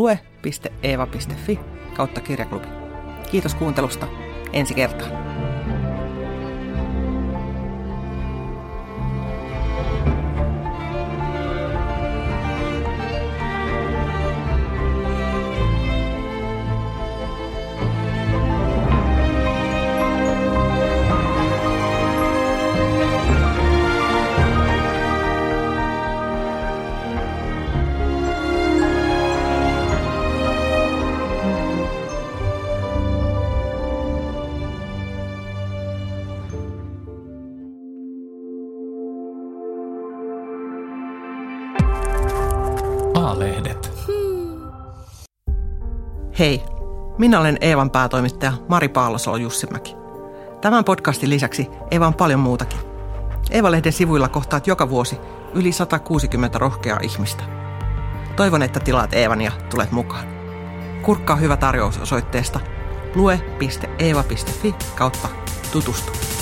lue.eeva.fi/kirjaklubi. Kiitos kuuntelusta. Ensi kertaan. A-lehdet. Hei, minä olen Eevan päätoimittaja Mari Paalosolo-Jussimäki. Tämän podcastin lisäksi Eeva on paljon muutakin. Eeva-lehden sivuilla kohtaat joka vuosi yli 160 rohkeaa ihmistä. Toivon, että tilaat Eevan ja tulet mukaan. Kurkkaa hyvä tarjous osoitteesta lue.eeva.fi/tutustu.